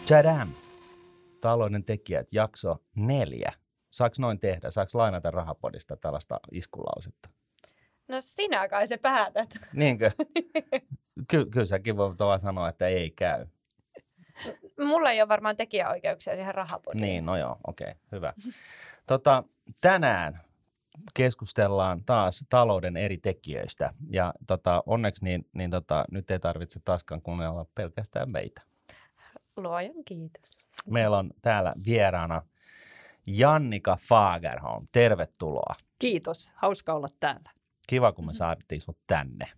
Tadam! Talouden tekijät, jakso 4. Saako noin tehdä? Saako lainata Rahapodista tällaista iskulausetta? No sinä kai se päätät. Niinkö? Kyllä säkin voit vaan sanoa, että ei käy. Mulla ei ole varmaan tekijäoikeuksia siihen Rahapodiin. Niin, no joo, okei, hyvä. Tänään keskustellaan taas talouden eri tekijöistä. Ja onneksi nyt ei tarvitse taaskaan kuunnella pelkästään meitä. Luojan kiitos. Meillä on täällä vieraana Jannika Fagerholm. Tervetuloa. Kiitos, hauska olla täällä. Kiva, kun me saatiin sut tänne.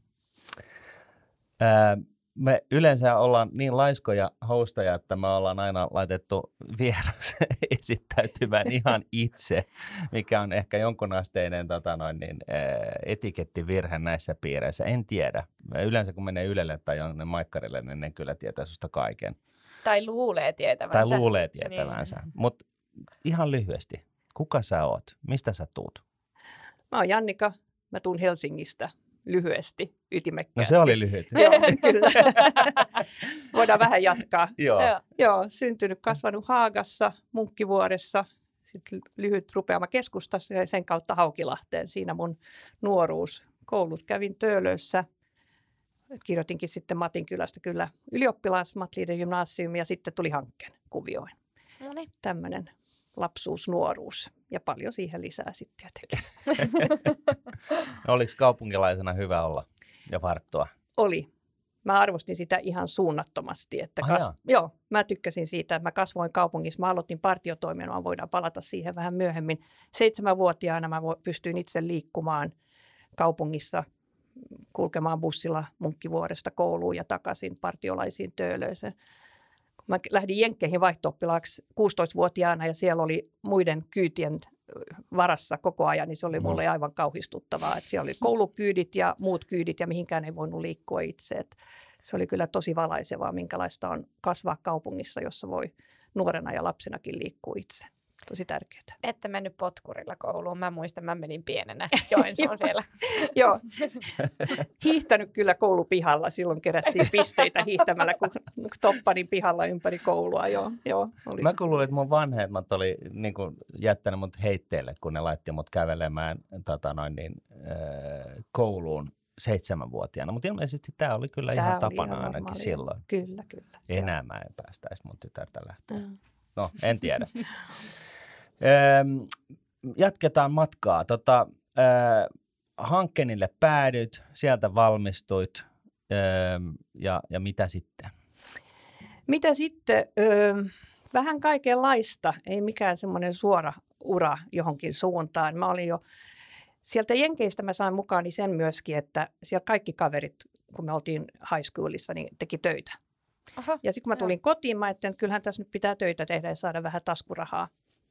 Me yleensä ollaan niin laiskoja hosteja, että me ollaan aina laitettu vieras esittäytymään ihan itse, mikä on ehkä jonkunasteinen etikettivirhe näissä piireissä. En tiedä. Yleensä kun menee Ylelle tai jonne maikkarille, niin ne kyllä tietää susta kaiken. Tai luulee tietävänsä. Niin. Mutta ihan lyhyesti, kuka sä oot? Mistä sä tuut? Mä oon Jannika, mä tuun Helsingistä lyhyesti, ytimekkäästi. No se oli lyhyt. Joo, kyllä. Voidaan vähän jatkaa. Joo. Syntynyt, kasvanut Haagassa, Munkkivuoressa, sitten lyhyt rupeama keskustassa ja sen kautta Haukilahteen. Siinä mun nuoruus. Koulut kävin Töölössä. Kirjoitinkin sitten Matinkylästä kyllä ylioppilas, Matliiden gymnasium ja sitten tuli Hankkeen kuvioin. Noniin. Tämmöinen lapsuus, nuoruus ja paljon siihen lisää sitten tietenkin. Oliko kaupunkilaisena hyvä olla ja varttua? Oli. Mä arvostin sitä ihan suunnattomasti. Että mä tykkäsin siitä, että mä kasvoin kaupungissa. Mä aloitin partiotoiminnan, voidaan palata siihen vähän myöhemmin. 7-vuotiaana mä pystyin itse liikkumaan kaupungissa, kulkemaan bussilla Munkkivuoresta kouluun ja takaisin partiolaisiin Töölöiseen. Mä lähdin Jenkkeihin vaihto-oppilaaksi 16-vuotiaana ja siellä oli muiden kyytien varassa koko ajan, niin se oli mulle aivan kauhistuttavaa. Että siellä oli koulukyydit ja muut kyydit ja mihinkään ei voinut liikkua itse. Että se oli kyllä tosi valaisevaa, minkälaista on kasvaa kaupungissa, jossa voi nuorena ja lapsenakin liikkua itse. Tosi tärkeää. Ette mennyt potkurilla kouluun. Mä muistan, mä menin pienenä. Joensuun siellä. Joo. Hiihtänyt kyllä koulupihalla. Silloin kerättiin pisteitä hiihtämällä, kun toppanin pihalla ympäri koulua. Joo, oli. Mä kuulin, että mun vanhemmat oli niin kuin jättänyt mut heitteelle, kun ne laitti mut kävelemään kouluun 7-vuotiaana. Mutta ilmeisesti tämä oli kyllä ihan tapana ihan ainakin silloin. Kyllä. Enää mä en päästäisi mun tytärtä lähteä. No, en tiedä. Jatketaan matkaa. Hankkeenille päädyt, sieltä valmistuit ja mitä sitten? Mitä sitten? Vähän kaikenlaista, ei mikään semmoinen suora ura johonkin suuntaan. Mä olin jo sieltä Jenkeistä mä sain mukaani sen myöskin, että siellä kaikki kaverit, kun me oltiin high schoolissa, niin teki töitä. Aha, ja sitten kun mä tulin kotiin, mä ajattelin, että kyllähän tässä nyt pitää töitä tehdä ja saada vähän taskurahaa.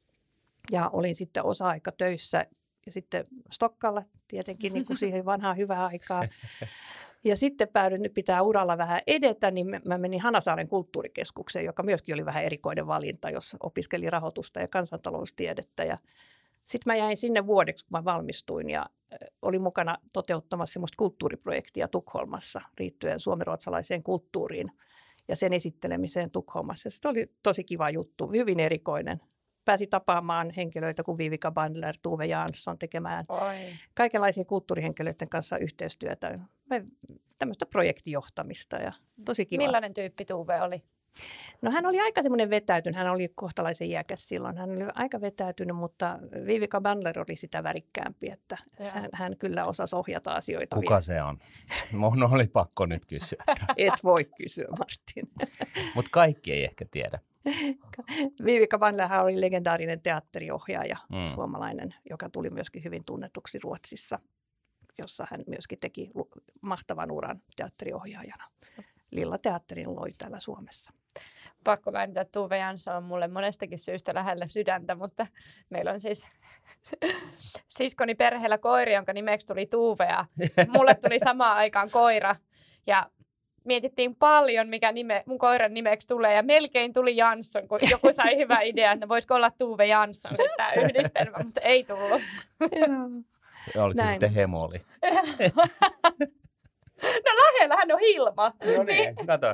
Ja olin sitten osa-aikatöissä ja sitten Stokkalla tietenkin niin kuin siihen vanhaan hyvään aikaan. Ja sitten päädyin, nyt pitää uralla vähän edetä, niin mä menin Hanasaaren kulttuurikeskukseen, joka myöskin oli vähän erikoinen valinta, jos opiskelin rahoitusta ja kansantaloustiedettä. Ja sitten mä jäin sinne vuodeksi, kun mä valmistuin ja olin mukana toteuttamassa semmoista kulttuuriprojektia Tukholmassa liittyen suomenruotsalaiseen kulttuuriin ja sen esittelemiseen Tukholmassa. Se oli tosi kiva juttu, hyvin erikoinen. Pääsi tapaamaan henkilöitä kuin Vivica Bandler, Tuve Jansson tekemään kaikenlaisia kulttuurihenkilöiden kanssa yhteistyötä. Tämmöistä projektijohtamista ja tosi kiva. Millainen tyyppi Tuve oli? No hän oli aika semmoinen vetäytynyt, hän oli kohtalaisen iäkäs silloin. Hän oli aika vetäytynyt, mutta Vivica Bandler oli sitä värikkäämpi, että hän kyllä osasi ohjata asioita. Kuka vielä. Se on? Mun oli pakko nyt kysyä. Et voi kysyä, Martin. Mutta kaikki ei ehkä tiedä. Vivica Bandler oli legendaarinen teatteriohjaaja, suomalainen, joka tuli myöskin hyvin tunnetuksi Ruotsissa, jossa hän myöskin teki mahtavan uran teatteriohjaajana. Lilla Teatterin loi täällä Suomessa. Pakko mainita, että Tuve Jansson on mulle monestakin syystä lähellä sydäntä, mutta meillä on siis siskoni perheellä koiri, jonka nimeksi tuli Tuve ja mulle tuli samaan aikaan koira ja mietittiin paljon, mikä mun koiran nimeksi tulee ja melkein tuli Jansson, kun joku sai hyvä idea, että voisiko olla Tuve Jansson tämä yhdistelmä, mutta ei tullut. Oliko se sitten Hemoli? No Lähellähän on Hilma. No niin, kato.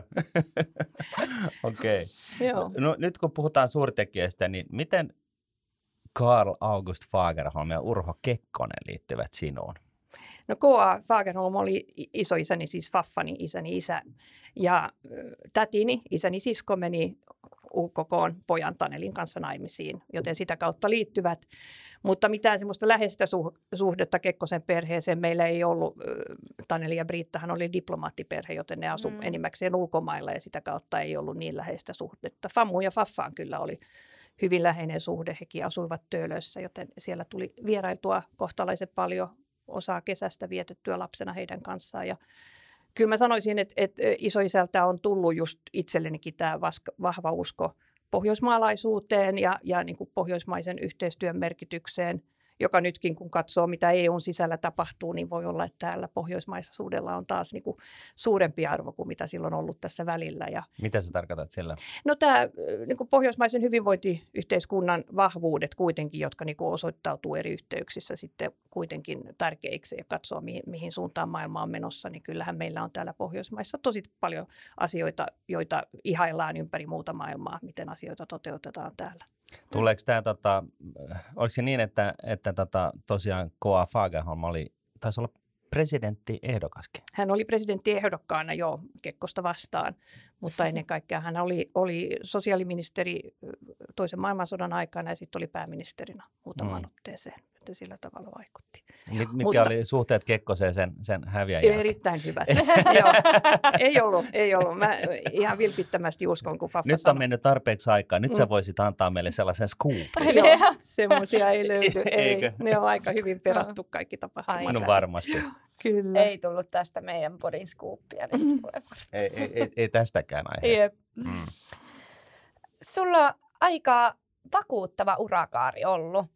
Okei. Joo. No, nyt kun puhutaan suurtekijöistä, niin miten Carl August Fagerholm ja Urho Kekkonen liittyvät sinuun? No K.A. Fagerholm oli isoisäni, siis Faffani, isäni isä. Ja tätini, isäni sisko, meni UKK:n pojan Tanelin kanssa naimisiin, joten sitä kautta liittyvät. Mutta mitään semmoista läheistä suhdetta Kekkosen perheeseen meillä ei ollut. Taneli ja Briittahan oli diplomaattiperhe, joten ne asuivat enimmäkseen ulkomailla ja sitä kautta ei ollut niin läheistä suhdetta. Famu ja Faffaan kyllä oli hyvin läheinen suhde. Hekin asuivat Töölössä, joten siellä tuli vierailtua kohtalaisen paljon, osaa kesästä vietettyä lapsena heidän kanssaan. Ja kyllä mä sanoisin, että isoisältä on tullut just itsellenikin tämä vahva usko pohjoismaalaisuuteen ja niin kuin pohjoismaisen yhteistyön merkitykseen, joka nytkin kun katsoo, mitä EUn sisällä tapahtuu, niin voi olla, että täällä pohjoismaisuudella on taas niin kuin suurempi arvo kuin mitä silloin on ollut tässä välillä. Ja Mitä sä tarkoitat sillä? no tämä niin kuin pohjoismaisen hyvinvointiyhteiskunnan vahvuudet kuitenkin, jotka niin kuin osoittautuu eri yhteyksissä sitten kuitenkin tärkeiksi ja katsoo, mihin suuntaan maailma on menossa, niin kyllähän meillä on täällä Pohjoismaissa tosi paljon asioita, joita ihaillaan ympäri muuta maailmaa, miten asioita toteutetaan täällä. Tuleeko tämä, oliko se niin, että tosiaan K.A. Fagerholm taisi olla presidenttiehdokaskin? Hän oli presidenttiehdokkaana jo Kekkosta vastaan, mutta ennen kaikkea hän oli sosiaaliministeri toisen maailmansodan aikana ja sitten oli pääministerinä muutamaan otteeseen. Sillä tavalla vaikutti. Mitkä oli suhteet Kekkoseen sen häviäjän jälkeen? Erittäin hyvät. Joo, ei ollut. Mä ihan vilpittömästi uskon, kun Faffa Nyt sanoi. on mennyt tarpeeksi aikaa. Nyt sä voisit antaa meille sellaisen scoopin. Joo, semmoisia ei löydy. Eikö? Ne on aika hyvin perattu kaikki tapahtumat. No varmasti. Kyllä. Ei tullut tästä meidän podin skuuppia. Ei tästäkään aiheesta. Sulla on aika vakuuttava urakaari ollut.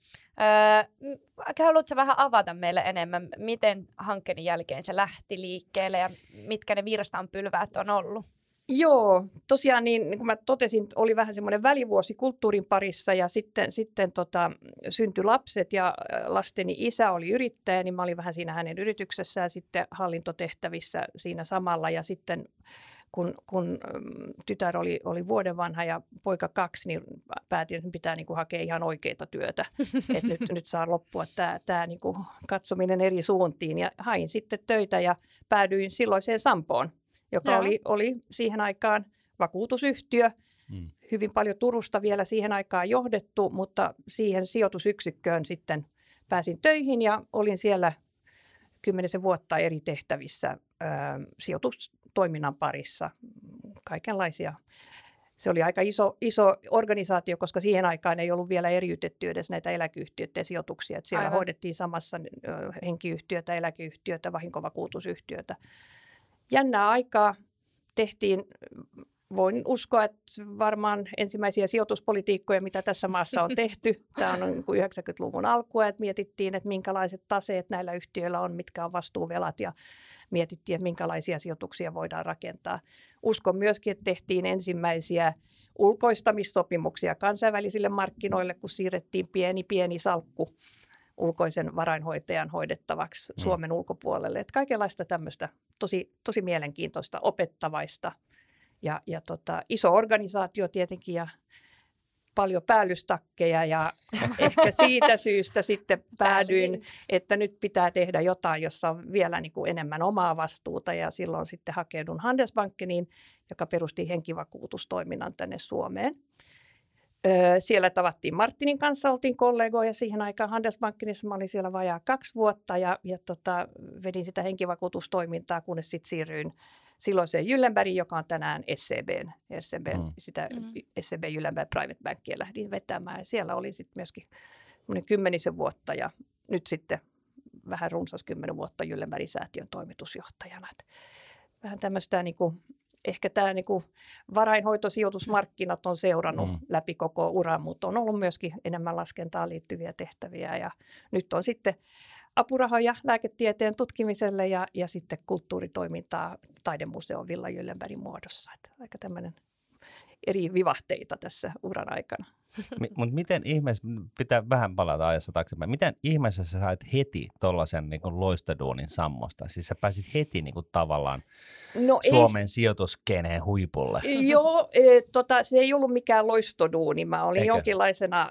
Haluatko vähän avata meille enemmän, miten hankkeen jälkeen se lähti liikkeelle ja mitkä ne virstanpylväät on ollut? Joo, tosiaan niin kuin mä totesin, oli vähän semmoinen välivuosi kulttuurin parissa ja sitten syntyi lapset ja lasteni isä oli yrittäjä, niin mä olin vähän siinä hänen yrityksessään sitten hallintotehtävissä siinä samalla ja sitten kun tytär oli vuoden vanha ja poika 2, niin päätin, että pitää niin kuin hakea ihan oikeaa työtä. Että nyt saa loppua tämä niin kuin katsominen eri suuntiin. Ja hain sitten töitä ja päädyin silloiseen Sampoon, joka oli siihen aikaan vakuutusyhtiö. Hyvin paljon Turusta vielä siihen aikaan johdettu, mutta siihen sijoitusyksikköön sitten pääsin töihin ja olin siellä 10 vuotta eri tehtävissä sijoitustoiminnan parissa, kaikenlaisia. Se oli aika iso organisaatio, koska siihen aikaan ei ollut vielä eriytetty edes näitä eläkeyhtiöiden sijoituksia. Että siellä hoidettiin samassa henkiyhtiötä, eläkeyhtiötä, vahinkovakuutusyhtiötä. Jännää aikaa tehtiin. Voin uskoa, että varmaan ensimmäisiä sijoituspolitiikkoja, mitä tässä maassa on tehty. Tämä on 90-luvun alkua, että mietittiin, että minkälaiset taseet näillä yhtiöillä on, mitkä on vastuuvelat ja mietittiin, että minkälaisia sijoituksia voidaan rakentaa. Uskon myöskin, että tehtiin ensimmäisiä ulkoistamissopimuksia kansainvälisille markkinoille, kun siirrettiin pieni salkku ulkoisen varainhoitajan hoidettavaksi Suomen ulkopuolelle. Että kaikenlaista tämmöistä tosi mielenkiintoista, opettavaista. Ja iso organisaatio tietenkin ja paljon päällystakkeja ja ehkä siitä syystä sitten päädyin, että nyt pitää tehdä jotain, jossa on vielä niin kuin enemmän omaa vastuuta ja silloin sitten hakeudun Handelsbankeniin, joka perusti henkivakuutustoiminnan tänne Suomeen. Siellä tavattiin Martinin kanssa, oltiin kollegoja siihen aikaan Handelsbankenissa. Mä olin siellä vajaa 2 vuotta ja vedin sitä henkivakuutustoimintaa, kunnes sitten siirryin silloiseen Gyllenbergiin, joka on tänään SEB Gyllenberg Private Bankia lähdin vetämään. Ja siellä olin sitten myöskin 10 vuotta ja nyt sitten vähän runsas 10 vuotta Gyllenbergin säätiön toimitusjohtajana. Et vähän tämmöistä ehkä tämä varainhoitosijoitusmarkkinat on seurannut läpi koko uran, mutta on ollut myöskin enemmän laskentaan liittyviä tehtäviä. Ja nyt on sitten apurahoja lääketieteen tutkimiselle ja sitten kulttuuritoimintaa taidemuseon Villa Gyllenbergin muodossa. Että aika tämmöinen eri vivahteita tässä uran aikana. Mutta miten ihmeessä, pitää vähän palata ajassa taaksepäin, miten ihmeessä sä sait heti tollaisen niin loistoduunin sammosta? Siis sä pääsit heti niin kuin, tavallaan Suomen sijoituskeneen huipulle. Joo, se ei ollut mikään loistoduuni. Mä olin jonkinlaisena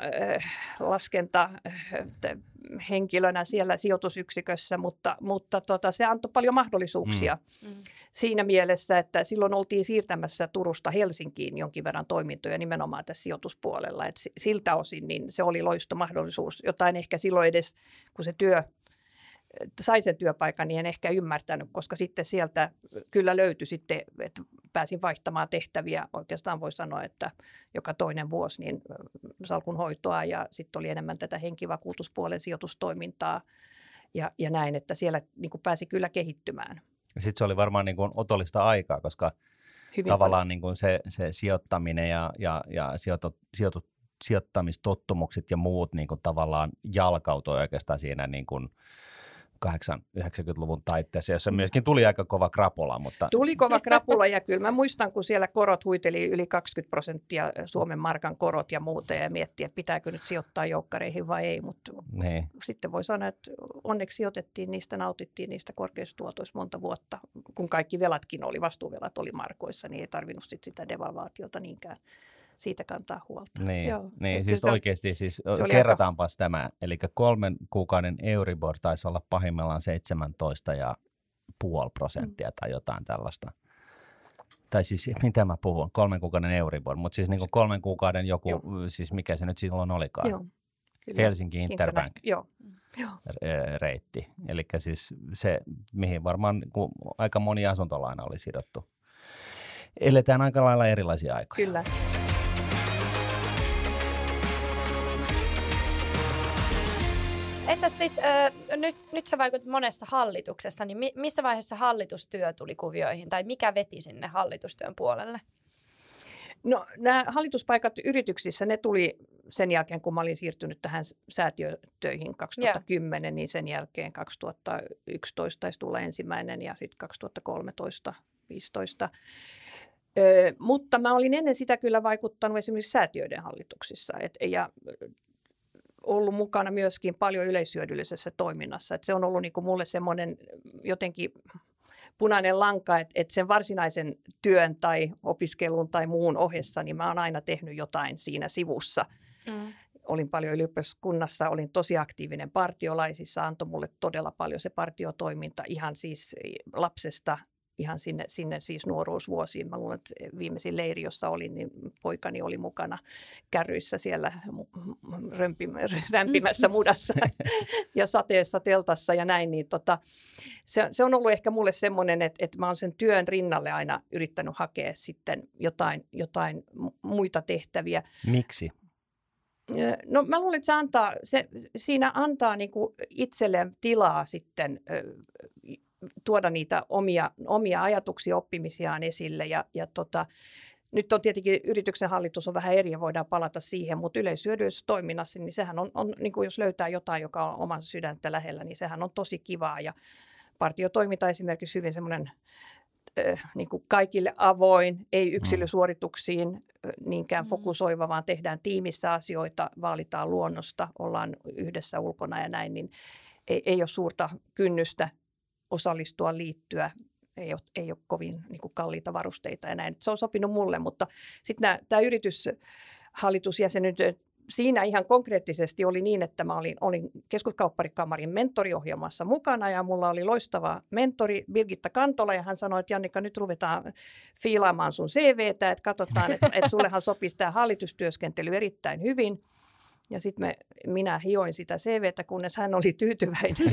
laskentahenkilönä siellä sijoitusyksikössä, mutta se antoi paljon mahdollisuuksia siinä mielessä, että silloin oltiin siirtämässä Turusta Helsinkiin jonkin verran toimintoja nimenomaan tässä sijoituspuolella. Et siltä osin niin se oli loistomahdollisuus. Jotain ehkä silloin edes, kun sain sen työpaikan, niin en ehkä ymmärtänyt, koska sitten sieltä kyllä löytyi sitten, että pääsin vaihtamaan tehtäviä. Oikeastaan voi sanoa, että joka toinen vuosi niin salkunhoitoa ja sitten oli enemmän tätä henkivakuutuspuolen sijoitustoimintaa ja näin, että siellä niin kuin pääsi kyllä kehittymään. Sitten se oli varmaan niin kuin otollista aikaa, koska hyvin tavallaan niin kuin se sijoittaminen ja sijoittamistottumukset ja muut niin kuin tavallaan jalkautui oikeastaan siinä niin kuin 80-90-luvun taitteessa, jossa myöskin tuli aika kova krapula. Mutta... Tuli kova krapula ja kyllä mä muistan, kun siellä korot huiteli yli 20% Suomen markan korot ja muuta ja miettiä, että pitääkö nyt sijoittaa joukkareihin vai ei, mutta sitten voi sanoa, että onneksi sijoitettiin niistä, nautittiin niistä korkeista tuotoista monta vuotta, kun kaikki velatkin vastuuvelat oli markoissa, niin ei tarvinnut sitä devalvaatiota niinkään siitä kantaa huolta. Niin siis oikeasti, siis kerrataanpas tämä, eli 3 kuukauden Euribor taisi olla pahimmillaan 17,5% tai jotain tällaista. Tai siis, mitä mä puhun, 3 kuukauden Euribor, mutta siis niin kuin 3 kuukauden joku, siis mikä se nyt silloin olikaan? Joo, kyllä. Helsinki Interbank reitti, eli siis se, mihin varmaan aika moni asuntolaina oli sidottu. Eletään aika lailla erilaisia aikoja. Kyllä. Entäs sitten, nyt sä vaikutat monessa hallituksessa, niin missä vaiheessa hallitustyö tuli kuvioihin, tai mikä veti sinne hallitustyön puolelle? No nämä hallituspaikat yrityksissä, ne tuli sen jälkeen, kun mä olin siirtynyt tähän säätiötöihin 2010, niin sen jälkeen 2011 taisi tulla ensimmäinen ja sitten 2013, 2015. Mutta mä olin ennen sitä kyllä vaikuttanut esimerkiksi säätiöiden hallituksissa ja ollut mukana myöskin paljon yleishyödyllisessä toiminnassa. Et se on ollut niinku mulle semmoinen jotenkin punainen lanka, että sen varsinaisen työn tai opiskelun tai muun ohessa, niin mä oon aina tehnyt jotain siinä sivussa. Olin paljon ylioppilaskunnassa, olin tosi aktiivinen partiolaisissa, antoi mulle todella paljon se partiotoiminta ihan siis lapsesta ihan sinne siis nuoruusvuosiin. Mä luulen, että viimeisin leiri, jossa olin, niin poikani oli mukana kärryissä siellä rämpimässä mudassa ja sateessa teltassa ja näin. Niin se on ollut ehkä mulle semmoinen, että mä oon sen työn rinnalle aina yrittänyt hakea sitten jotain muita tehtäviä. Miksi? No mä luulen, että siinä antaa niinku itselleen tilaa sitten tuoda niitä omia ajatuksia, oppimisiaan esille nyt on tietenkin yrityksen hallitus on vähän eri ja voidaan palata siihen, mutta yleishyödyllisessä toiminnassa, niin sehän on niin kuin jos löytää jotain, joka on oman sydäntä lähellä, niin sehän on tosi kivaa ja partiotoiminta esimerkiksi hyvin semmoinen niin kuin kaikille avoin, ei yksilösuorituksiin niinkään fokusoiva, vaan tehdään tiimissä asioita, vaalitaan luonnosta, ollaan yhdessä ulkona ja näin, niin ei ole suurta kynnystä osallistua, liittyä, ei ole kovin niin kuin kalliita varusteita ja näin. Se on sopinut mulle, mutta sitten tämä yrityshallitusjäsenyt, siinä ihan konkreettisesti oli niin, että mä olin Keskuskaupparikamarin mentoriohjelmassa mukana ja mulla oli loistava mentori Birgitta Kantola ja hän sanoi, että Jannika, nyt ruvetaan fiilaamaan sun CVtä, että katsotaan, että sullehan sopisi tämä hallitustyöskentely erittäin hyvin. Ja sitten minä hioin sitä CVtä, kunnes hän oli tyytyväinen.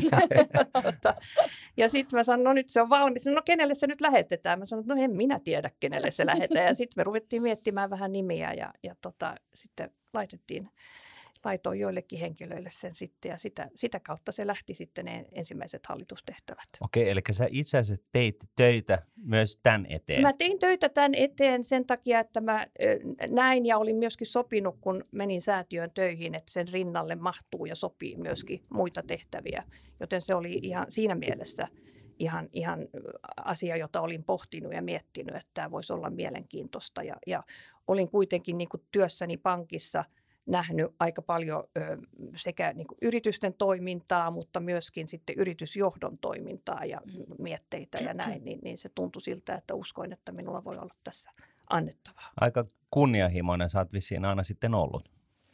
Ja sitten mä sanoin, no nyt se on valmis. No kenelle se nyt lähetetään? Mä sanoin, no en minä tiedä, kenelle se lähetetään. Ja sitten me ruvettiin miettimään vähän nimiä ja sitten laitoin joillekin henkilöille sen sitten. Ja sitä kautta se lähti sitten ne ensimmäiset hallitustehtävät. Okei, eli sä itse asiassa teit töitä myös tämän eteen? Mä tein töitä tämän eteen sen takia, että mä näin ja olin myöskin sopinut, kun menin säätiön töihin, että sen rinnalle mahtuu ja sopii myöskin muita tehtäviä. Joten se oli ihan siinä mielessä ihan asia, jota olin pohtinut ja miettinyt, että tämä voisi olla mielenkiintoista. Ja olin kuitenkin niin kuin työssäni pankissa nähnyt aika paljon sekä niin kuin yritysten toimintaa, mutta myöskin sitten yritysjohdon toimintaa ja mietteitä ja näin, niin se tuntui siltä, että uskoin, että minulla voi olla tässä annettavaa. Aika kunnianhimoinen sä oot vissiin aina sitten ollut.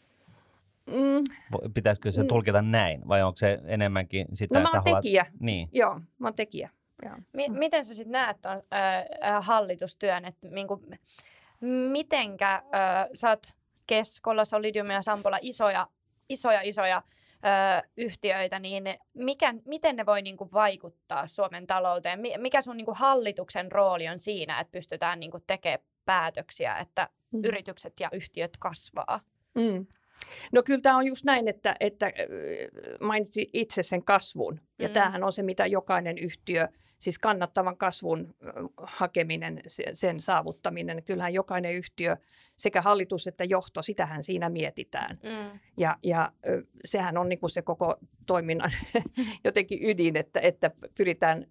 Pitäisikö se tulkita näin, vai onko se enemmänkin sitä? No mä oon tekijä. Niin. Joo, mä oon tekijä. Miten sä sitten näet tuon hallitustyön, että mitenkä sä oot Keskolla, Solidium ja Sampola isoja yhtiöitä, niin miten ne voi niinku vaikuttaa Suomen talouteen? Mikä sun niinku hallituksen rooli on siinä, että pystytään niinku tekemään päätöksiä, että yritykset ja yhtiöt kasvaa? No kyllä tämä on just näin, että mainitsin itse sen kasvun. Ja tämähän on se, mitä jokainen yhtiö, siis kannattavan kasvun hakeminen, sen saavuttaminen. Kyllähän jokainen yhtiö, sekä hallitus että johto, sitähän siinä mietitään. Ja sehän on niin kuin se koko toiminnan jotenkin ydin, että pyritään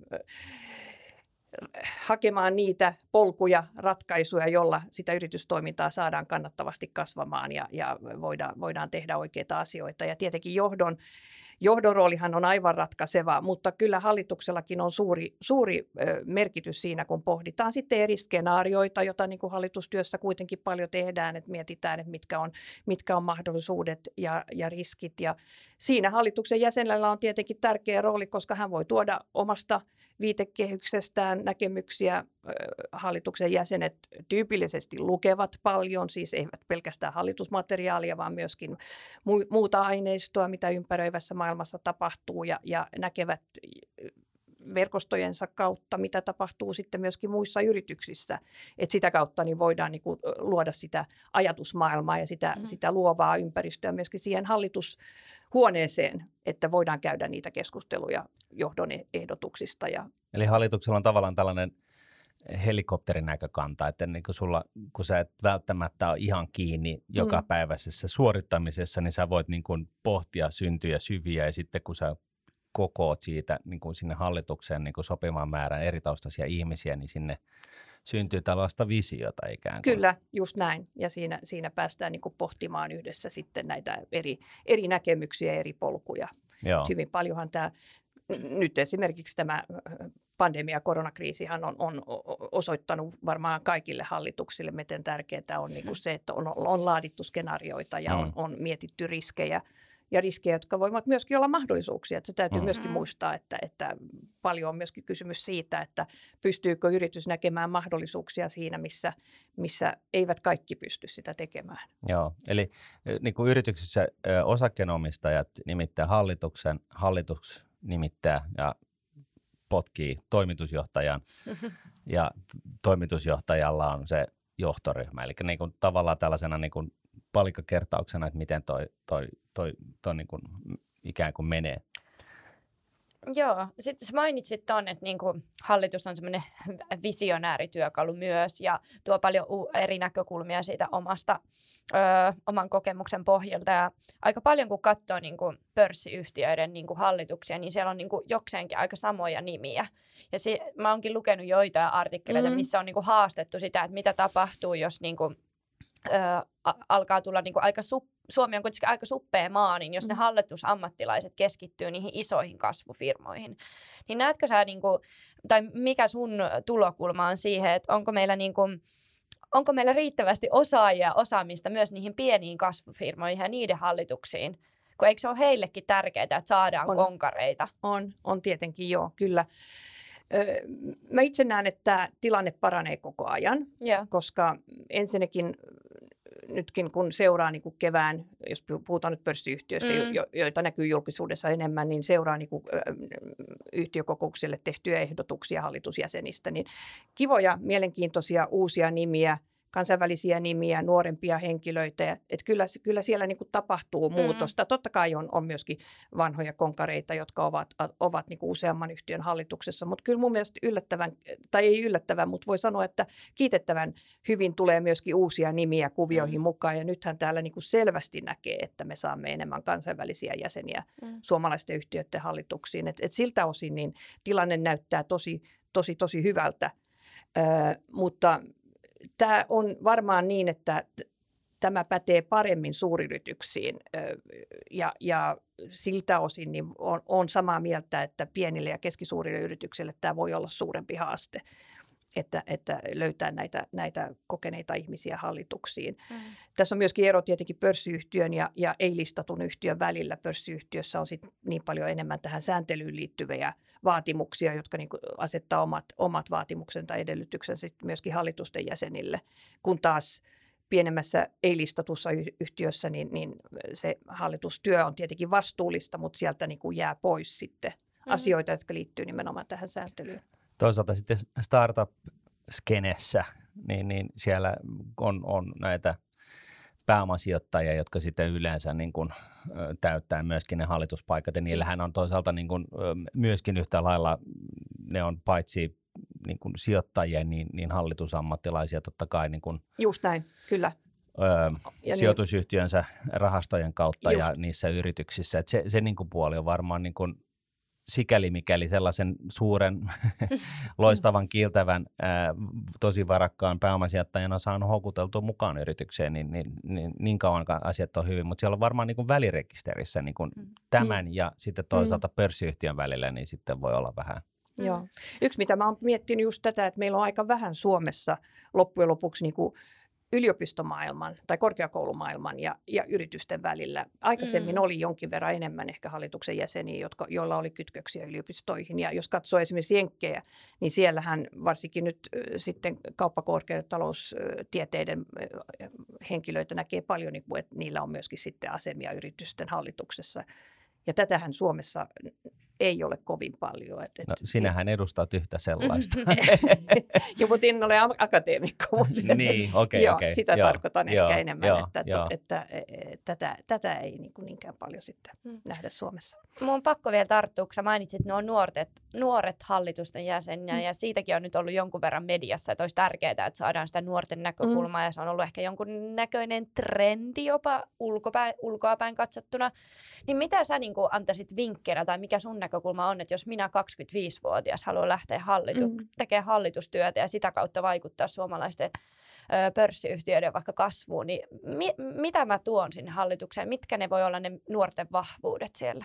hakemaan niitä polkuja, ratkaisuja, jolla sitä yritystoimintaa saadaan kannattavasti kasvamaan ja voidaan tehdä oikeita asioita. Ja tietenkin johdon roolihan on aivan ratkaiseva, mutta kyllä hallituksellakin on suuri merkitys siinä, kun pohditaan sitten eri skenaarioita, joita niin kuin hallitustyössä kuitenkin paljon tehdään, että mietitään, että mitkä on mahdollisuudet ja riskit. Ja siinä hallituksen jäsenellä on tietenkin tärkeä rooli, koska hän voi tuoda omasta viitekehyksestään näkemyksiä. Hallituksen jäsenet tyypillisesti lukevat paljon, siis eivät pelkästään hallitusmateriaalia, vaan myöskin muuta aineistoa, mitä ympäröivässä maailmassa tapahtuu ja näkevät verkostojensa kautta, mitä tapahtuu sitten myöskin muissa yrityksissä. Et sitä kautta niin voidaan niin kuin luoda sitä ajatusmaailmaa ja sitä luovaa ympäristöä myöskin siihen hallitushuoneeseen, että voidaan käydä niitä keskusteluja johdon ehdotuksista. Eli hallituksella on tavallaan tällainen helikopterinäkökanta, että niin kun sä et välttämättä ole ihan kiinni jokapäiväisessä suorittamisessa, niin sä voit niin kuin pohtia syntyjä syviä, ja sitten kun sä kokoot siitä niin kuin sinne hallitukseen niin kuin sopimaan määrän eri taustaisia ihmisiä, niin sinne syntyy tällaista visiota ikään kuin. Kyllä, just näin. Ja siinä päästään niin kuin pohtimaan yhdessä sitten näitä eri näkemyksiä ja eri polkuja. Hyvin paljonhan nyt esimerkiksi tämä pandemia, koronakriisihan on osoittanut varmaan kaikille hallituksille, miten tärkeää on niin kuin se, että on laadittu skenaarioita ja on mietitty riskejä. Ja riskejä, jotka voivat myöskin olla mahdollisuuksia. Että se täytyy myöskin muistaa, että paljon on myöskin kysymys siitä, että pystyykö yritys näkemään mahdollisuuksia siinä, missä eivät kaikki pysty sitä tekemään. Joo, eli niin kuin yrityksissä osakkeenomistajat nimittää hallitus nimittää ja potkii toimitusjohtajan ja toimitusjohtajalla on se johtoryhmä. Eli niin kuin tavallaan tällaisena niin kuin palikkakertauksena, että miten toi niin kuin ikään kuin menee. Joo, sitten sä mainitsit ton, että niinku hallitus on semmoinen visionäärityökalu myös ja tuo paljon eri näkökulmia siitä oman kokemuksen pohjalta. Ja aika paljon kun katsoo niinku pörssiyhtiöiden niinku hallituksia, niin siellä on niinku jokseenkin aika samoja nimiä. Ja mä oonkin lukenut joitain artikkeleita, missä on niinku haastettu sitä, että mitä tapahtuu, jos niinku alkaa tulla niinku Suomi on kuitenkin aika suppea maa, niin jos ne hallitusammattilaiset keskittyy niihin isoihin kasvufirmoihin, niin näetkö sä, tai mikä sun tulokulma on siihen, että onko meillä riittävästi osaajia ja osaamista myös niihin pieniin kasvufirmoihin ja niiden hallituksiin? Kun eikö se ole heillekin tärkeää, että saadaan konkareita? On tietenkin, joo, kyllä. Mä itse näen, että tilanne paranee koko ajan, koska ensinnäkin nytkin kun seuraa niin kuin kevään, jos puhutaan nyt pörssiyhtiöistä, joita näkyy julkisuudessa enemmän, niin seuraa niin kuin yhtiökokouksille tehtyjä ehdotuksia hallitusjäsenistä, niin kivoja, mielenkiintoisia uusia nimiä, kansainvälisiä nimiä, nuorempia henkilöitä, että kyllä siellä niin kuin tapahtuu muutosta. Totta kai on myöskin vanhoja konkareita, jotka ovat niin kuin useamman yhtiön hallituksessa, mutta kyllä mun mielestä yllättävän, tai ei yllättävän, mutta voi sanoa, että kiitettävän hyvin tulee myöskin uusia nimiä kuvioihin mukaan, ja nythän täällä niin kuin selvästi näkee, että me saamme enemmän kansainvälisiä jäseniä suomalaisten yhtiöiden hallituksiin. Et siltä osin niin tilanne näyttää tosi hyvältä, mutta tämä on varmaan niin, että tämä pätee paremmin suuryrityksiin ja siltä osin niin on samaa mieltä, että pienille ja keskisuurille yrityksille tämä voi olla suurempi haaste, että löytää näitä kokeneita ihmisiä hallituksiin. Tässä on myöskin ero tietenkin pörssiyhtiön ja ei-listatun yhtiön välillä. Pörssiyhtiössä on sit niin paljon enemmän tähän sääntelyyn liittyviä vaatimuksia, jotka niin kuin asettaa omat vaatimuksensa tai edellytyksensä myöskin hallitusten jäsenille, kun taas pienemmässä ei-listatussa yhtiössä niin se hallitustyö on tietenkin vastuullista, mutta sieltä niin kuin jää pois sitten asioita, jotka liittyy nimenomaan tähän sääntelyyn. Toisaalta sitten startup-skenessä, niin siellä on näitä pääomasijoittajia, jotka sitten yleensä niin kuin täyttää myöskin ne hallituspaikat, ja niillähän on toisaalta niin kuin myöskin yhtä lailla, ne on paitsi niin kuin sijoittajia, niin hallitusammattilaisia totta kai. Niin kuin, just näin, kyllä. Sijoitusyhtiönsä rahastojen kautta just. Ja niissä yrityksissä. Että se niin kuin puoli on varmaan niin kuin sikäli mikäli sellaisen suuren, loistavan, kiiltävän, tosi varakkaan pääomasijoittajan on saanut houkuteltua mukaan yritykseen, niin kauan asiat on hyvin. Mutta siellä on varmaan niin kuin välirekisterissä niin kuin tämän ja sitten toisaalta pörssiyhtiön välillä, niin sitten voi olla vähän. Joo. Yksi, mitä mä oon miettinyt just tätä, että meillä on aika vähän Suomessa loppujen lopuksi niin kuin yliopistomaailman tai korkeakoulumaailman ja yritysten välillä. Aikaisemmin oli jonkin verran enemmän ehkä hallituksen jäseniä, joilla oli kytköksiä yliopistoihin. Ja jos katsoo esimerkiksi Jenkkejä, niin siellähän varsinkin nyt sitten kauppakorkeataloustieteiden henkilöitä näkee paljon, että niillä on myöskin sitten asemia yritysten hallituksessa. Ja tätähän Suomessa ei ole kovin paljon. No, sinähän edustat yhtä sellaista. Joo, mutta en ole akateemikko. Mutta niin, okei. Sitä tarkoitan ehkä enemmän, että tätä ei niinkään paljon sitten nähdä Suomessa. Mun on pakko vielä tarttua, kun sä mainitsit nuo nuoret hallitusten jäseniä, ja siitäkin on nyt ollut jonkun verran mediassa, että olisi tärkeää, että saadaan sitä nuorten näkökulmaa, ja se on ollut ehkä jonkun näköinen trendi jopa ulkoapäin katsottuna. Niin mitä sä niin kuin antaisit vinkkeinä, tai mikä sun näkökulma on, että jos minä 25-vuotias haluan lähteä tekemään hallitustyötä ja sitä kautta vaikuttaa suomalaisten pörssiyhtiöiden vaikka kasvuun, niin mitä mä tuon sinne hallitukseen? Mitkä ne voi olla ne nuorten vahvuudet siellä?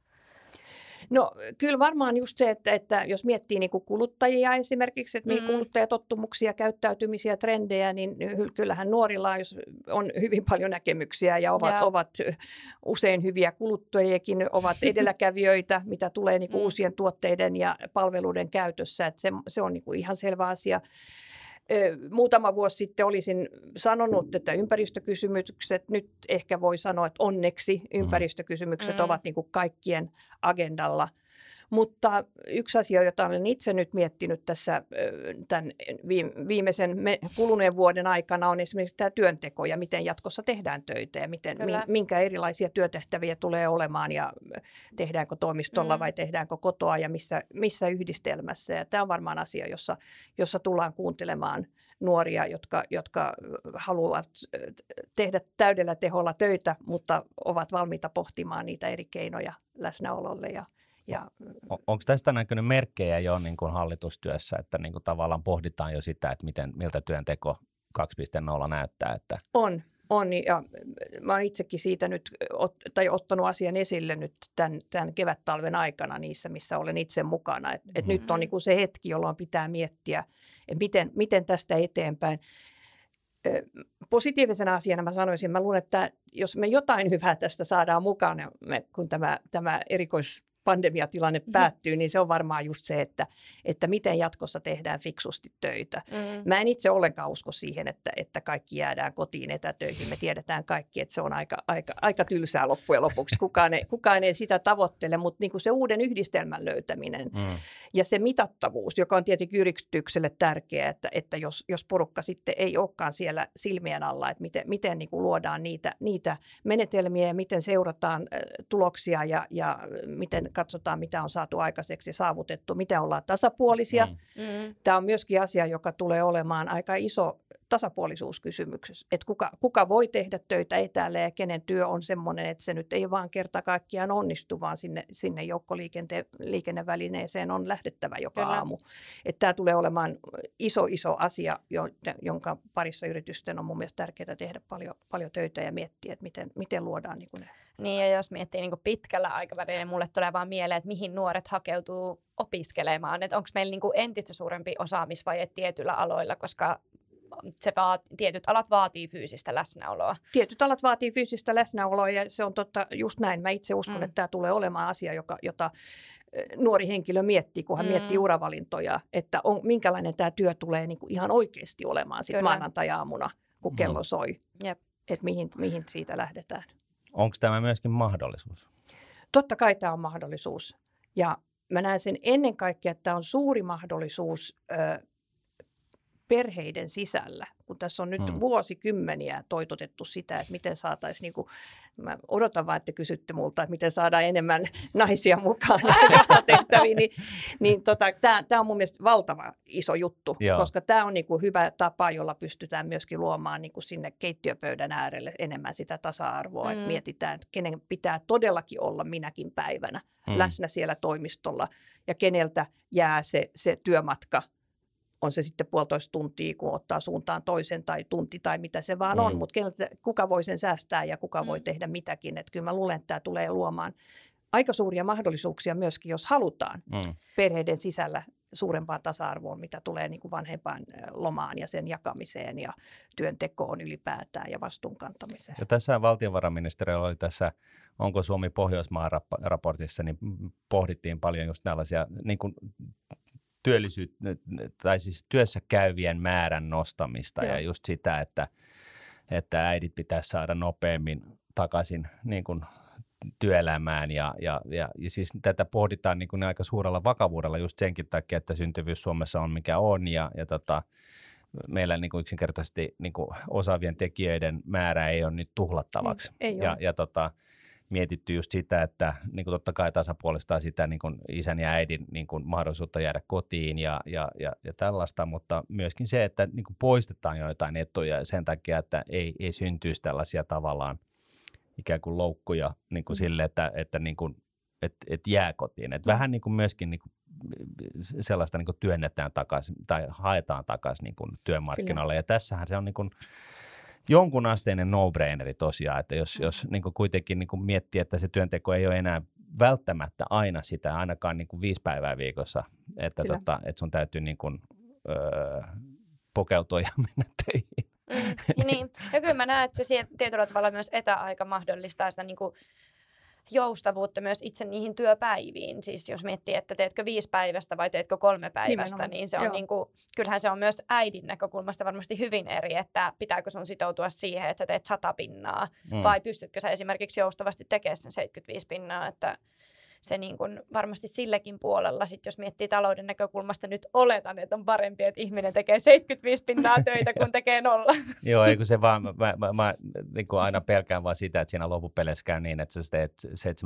No kyllä varmaan just se, että jos miettii niin kuin kuluttajia esimerkiksi, että kuluttajatottumuksia, käyttäytymisiä, trendejä, niin kyllähän nuorilla on hyvin paljon näkemyksiä ja ovat usein hyviä kuluttajiakin, ovat edelläkävijöitä, mitä tulee niin kuin uusien tuotteiden ja palveluiden käytössä, että se on niin kuin ihan selvä asia. Muutama vuosi sitten olisin sanonut, että ympäristökysymykset, nyt ehkä voi sanoa, että onneksi ympäristökysymykset ovat niin kuin kaikkien agendalla. Mutta yksi asia, jota olen itse nyt miettinyt tässä tämän viimeisen kuluneen vuoden aikana, on esimerkiksi tämä työnteko ja miten jatkossa tehdään töitä ja minkä erilaisia työtehtäviä tulee olemaan ja tehdäänkö toimistolla vai tehdäänkö kotoa ja missä yhdistelmässä. Ja tämä on varmaan asia, jossa tullaan kuuntelemaan nuoria, jotka haluavat tehdä täydellä teholla töitä, mutta ovat valmiita pohtimaan niitä eri keinoja läsnäololle onko tästä näkynyt merkkejä jo niin kuin hallitustyössä, että niin kuin tavallaan pohditaan jo sitä, että miltä työnteko 2.0 näyttää? Että... On, ja mä olen itsekin siitä nyt ottanut asian esille nyt tämän kevättalven aikana niissä, missä olen itse mukana. Et nyt on niin kuin se hetki, jolloin pitää miettiä, miten tästä eteenpäin. Positiivisena asiana mä sanoisin, mä luulen, että jos me jotain hyvää tästä saadaan mukaan, kun tämä erikoispandemiatilanne päättyy, niin se on varmaan just se, että miten jatkossa tehdään fiksusti töitä. Mä en itse ollenkaan usko siihen, että kaikki jäädään kotiin etätöihin. Me tiedetään kaikki, että se on aika tylsää loppujen lopuksi. Kukaan ei sitä tavoittele, mutta niin kuin se uuden yhdistelmän löytäminen ja se mitattavuus, joka on tietenkin yritykselle tärkeää, että jos porukka sitten ei olekaan siellä silmien alla, että miten niin kuin luodaan niitä menetelmiä ja miten seurataan tuloksia ja miten katsotaan, mitä on saatu aikaiseksi ja saavutettu, miten ollaan tasapuolisia. Tämä on myöskin asia, joka tulee olemaan aika iso tasapuolisuuskysymys, että kuka voi tehdä töitä etäällä ja kenen työ on semmoinen, että se nyt ei vaan kerta kaikkiaan onnistu, vaan sinne joukkoliikennevälineeseen on lähdettävä joka aamu. Että tämä tulee olemaan iso asia, jonka parissa yritysten on mun mielestä tärkeää tehdä paljon töitä ja miettiä, että miten luodaan niin kuin ne. Niin, ja jos miettii niin kuin pitkällä aikavälillä, niin mulle tulee vaan mieleen, että mihin nuoret hakeutuu opiskelemaan. Että onko meillä niin kuin entistä suurempi osaamisvaje tietyillä aloilla, koska tietyt alat vaatii fyysistä läsnäoloa. Tietyt alat vaatii fyysistä läsnäoloa ja se on totta just näin. Mä itse uskon, että tämä tulee olemaan asia, jota nuori henkilö miettii, kun hän miettii uravalintoja, että minkälainen tämä työ tulee niin kuin ihan oikeasti olemaan sit maanantai-aamuna, kun kello soi. Jep. Että mihin siitä lähdetään. Onko tämä myöskin mahdollisuus? Totta kai tämä on mahdollisuus. Ja mä näen sen ennen kaikkea, että tämä on suuri mahdollisuus perheiden sisällä, kun tässä on nyt vuosikymmeniä toitotettu sitä, että miten saataisiin, niin kuin, mä odotan vaan, että kysytte multa, että miten saadaan enemmän naisia mukaan tehtäviin, tämä on mun mielestä valtava iso juttu, koska tämä on niin kuin hyvä tapa, jolla pystytään myöskin luomaan niin kuin sinne keittiöpöydän äärelle enemmän sitä tasa-arvoa, että mietitään, että kenen pitää todellakin olla minäkin päivänä läsnä siellä toimistolla ja keneltä jää se työmatka. On se sitten 1,5 tuntia, kun ottaa suuntaan toisen tai tunti tai mitä se vaan on, mutta kuka voi sen säästää ja kuka voi tehdä mitäkin. Että kyllä mä luulen, että tämä tulee luomaan aika suuria mahdollisuuksia myöskin, jos halutaan perheiden sisällä suurempaan tasa-arvoon, mitä tulee niin kuin vanhempaan lomaan ja sen jakamiseen ja työntekoon ylipäätään ja vastuunkantamiseen. Ja tässä valtiovarainministeriöllä oli tässä Onko Suomi Pohjoismaan raportissa, niin pohdittiin paljon just tällaisia niin kuin tai siis työssä käyvien määrän nostamista ja just sitä, että äidit pitäisi saada nopeammin takaisin niin kuin työelämään ja siis tätä pohditaan niin kuin aika suurella vakavuudella just senkin takia, että syntyvyys Suomessa on mikä on ja meillä niin kuin yksinkertaisesti niin kuin osaavien tekijöiden määrä ei ole nyt tuhlattavaksi. Ei Mietitty just sitä, että niin kuin totta kai tasapuolistaa sitä niin kuin isän ja äidin niin kuin mahdollisuutta jäädä kotiin ja tällaista, mutta myöskin se, että niin kuin poistetaan joitain etuja sen takia, että ei syntyisi tällaisia tavallaan ikään kuin loukkuja niin kuin sille, että niin kuin, että jää kotiin. Että vähän niin kuin myöskin niin kuin sellaista niin kuin työnnetään takaisin tai haetaan takaisin niin kuin työmarkkinoille. Ja tässähän se on niin kuin jonkun asteinen no-braineri tosiaan, että jos niin kuin kuitenkin niin kuin miettii, että se työnteko ei ole enää välttämättä aina sitä, ainakaan niin kuin 5 päivää viikossa, että sun täytyy niin kuin, pokeutua ja mennä töihin. Niin. Ja kyllä mä näen, että se tietyllä tavalla myös etäaika mahdollistaa sitä niin kuin joustavuutta myös itse niihin työpäiviin. Siis jos miettii, että teetkö 5 päivästä vai teetkö 3 päivästä, niin se on niin kuin, kyllähän se on myös äidin näkökulmasta varmasti hyvin eri, että pitääkö sun sitoutua siihen, että sä teet 100 pinnaa vai pystytkö sä esimerkiksi joustavasti tekemään sen 75 pinnaa, että se niin kuin varmasti silläkin puolella, sit jos miettii talouden näkökulmasta, nyt oletan, että on parempi, että ihminen tekee 75 pinnaa töitä, kun tekee 0. Joo, eikö se vaan, mä niin kuin aina pelkään vaan sitä, että siinä loppupeleissä käy niin, että sä teet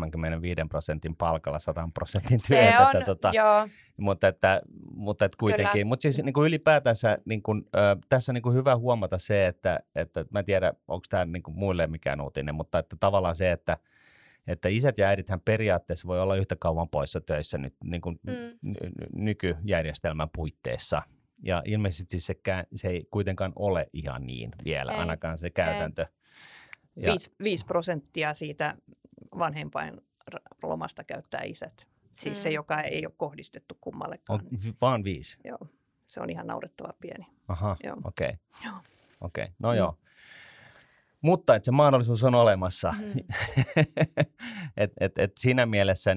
75% palkalla 100% työtä. Se on, joo. Mutta kuitenkin, mutta siis niin kuin ylipäätänsä niin kuin, tässä niin kuin hyvä huomata se, että mä en tiedä, onko tämä niin kuin muille mikään uutinen, mutta että tavallaan se, että isät ja äidithän periaatteessa voi olla yhtä kauan poissa töissä nyt niin kuin nykyjärjestelmän puitteissa. Ja ilmeisesti se ei kuitenkaan ole ihan niin vielä, ainakaan se käytäntö. 5% siitä vanhempain lomasta käyttää isät. Siis se, joka ei ole kohdistettu kummallekaan. Vaan 5? Joo, se on ihan naurettava pieni. Aha, okei. No joo. Mutta että se mahdollisuus on olemassa. et siinä mielessä,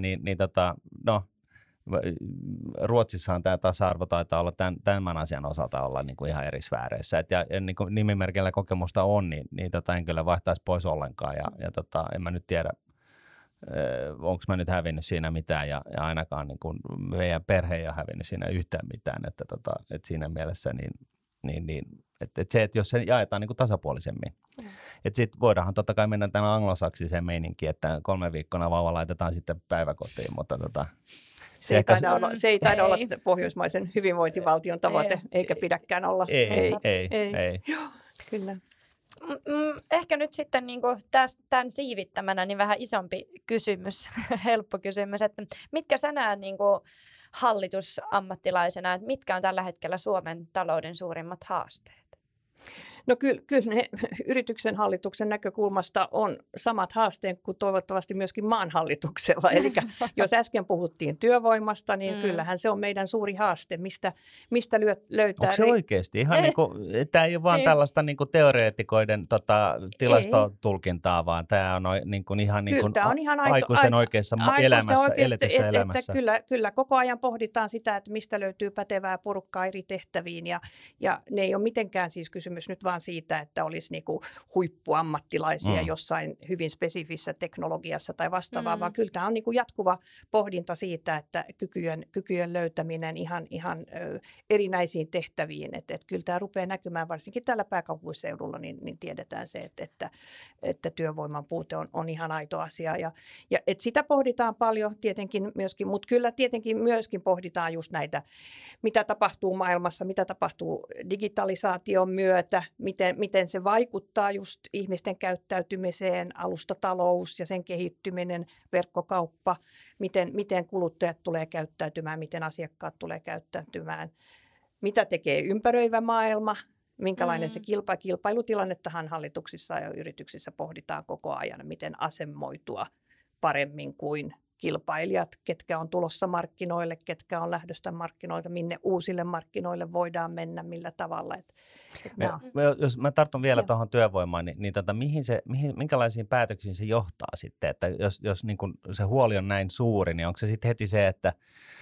Ruotsissahan tämä tasa-arvo taitaa olla tämän asian osalta olla niin kuin ihan eri sfääreissä. Ja niin kuin nimimerkillä kokemusta on, niin en kyllä vaihtaisi pois ollenkaan. Ja en mä nyt tiedä, onko mä nyt hävinnyt siinä mitään ja ainakaan niin kuin meidän perhe ei ole hävinnyt siinä yhtään mitään. Että siinä mielessä että se, että jos se jaetaan niin kuin tasapuolisemmin. Että sitten voidaanhan totta kai mennä tänne anglosaksiseen meininkiin, että 3 viikkona vauva laitetaan sitten päiväkotiin, mutta Se ei taida olla pohjoismaisen hyvinvointivaltion tavoite, eikä pidäkään olla. Ei. Joo, kyllä. Ehkä nyt sitten niin tämän siivittämänä niin vähän isompi kysymys, helppo kysymys, että mitkä sä näet niin hallitusammattilaisena, että mitkä on tällä hetkellä Suomen talouden suurimmat haasteet? No kyllä ne yrityksen hallituksen näkökulmasta on samat haasteet kuin toivottavasti myöskin maan hallituksella. Eli jos äsken puhuttiin työvoimasta, niin kyllähän se on meidän suuri haaste, mistä löytää. Onko se oikeasti? Ihan tämä ei ole vaan tällaista teoreetikoiden tilastotulkintaa, vaan tämä on ihan aikuisten oikeassa eletyssä elämässä. Kyllä koko ajan pohditaan sitä, että mistä löytyy pätevää porukkaa eri tehtäviin. Ja ne ei ole mitenkään siis kysymys nyt vaan siitä, että olisi niinku huippuammattilaisia jossain hyvin spesifissä teknologiassa tai vastaavaa, vaan kyllä tämä on niinku jatkuva pohdinta siitä, että kykyjen löytäminen ihan erinäisiin tehtäviin. Että kyllä tämä rupeaa näkymään varsinkin tällä pääkaupunkiseudulla, niin tiedetään se, että työvoiman puute on ihan aito asia. Ja että sitä pohditaan paljon tietenkin myöskin, mutta kyllä tietenkin myöskin pohditaan just näitä, mitä tapahtuu maailmassa, mitä tapahtuu digitalisaation myötä, miten se vaikuttaa just ihmisten käyttäytymiseen, alustatalous ja sen kehittyminen, verkkokauppa, miten kuluttajat tulee käyttäytymään, miten asiakkaat tulee käyttäytymään, mitä tekee ympäröivä maailma, minkälainen se kilpailutilannettahan hallituksissa ja yrityksissä pohditaan koko ajan, miten asemoitua paremmin kuin kilpailijat, ketkä on tulossa markkinoille, ketkä on lähdöstä markkinoilta, minne uusille markkinoille voidaan mennä, millä tavalla. Jos mä tartun vielä tuohon työvoimaan, niin minkälaisiin päätöksiin se johtaa sitten, että jos niin kun se huoli on näin suuri, niin onko se sitten heti se, että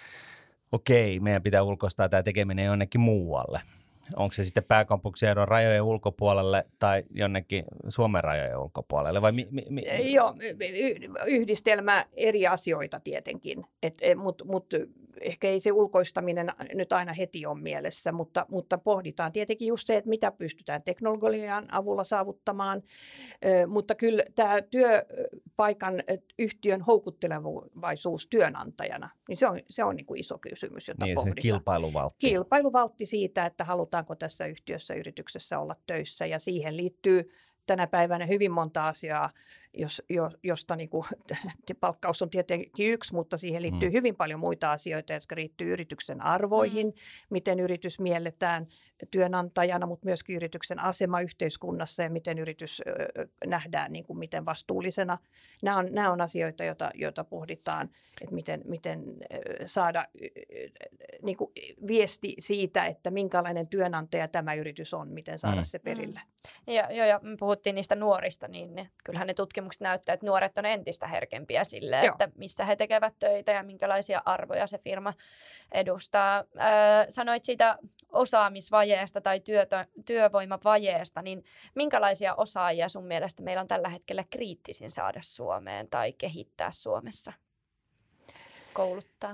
okei, meidän pitää ulkoistaa tämä tekeminen jonnekin muualle? Onko se sitten pääkaupunkiseudun rajojen ulkopuolelle tai jonnekin Suomen rajojen ulkopuolelle? Vai Joo, yhdistelmä eri asioita tietenkin, mutta ehkä ei se ulkoistaminen nyt aina heti ole mielessä, mutta pohditaan tietenkin just se, että mitä pystytään teknologian avulla saavuttamaan, mutta kyllä tämä työpaikan yhtiön houkuttelevaisuus työnantajana, niin se on niin kuin iso kysymys, jota pohditaan. Se kilpailuvaltti. Kilpailuvaltti siitä, että halutaanko tässä yhtiössä, yrityksessä olla töissä, ja siihen liittyy tänä päivänä hyvin monta asiaa, josta niin kuin, palkkaus on tietenkin yksi, mutta siihen liittyy hyvin paljon muita asioita, jotka liittyy yrityksen arvoihin, miten yritys mielletään työnantajana, mutta myöskin yrityksen asema yhteiskunnassa ja miten yritys nähdään niin kuin miten vastuullisena. Nämä on asioita, joita pohditaan, että miten saada niin kuin viesti siitä, että minkälainen työnantaja tämä yritys on, miten saada se perille. Ja me puhuttiin niistä nuorista, niin kyllähän ne tutkimukset näyttää, että nuoret on entistä herkempiä sille, että missä he tekevät töitä ja minkälaisia arvoja se firma edustaa. Sanoit siitä osaamisvajeesta tai työvoimavajeesta, niin minkälaisia osaajia sun mielestä meillä on tällä hetkellä kriittisin saada Suomeen tai kehittää Suomessa, kouluttaa?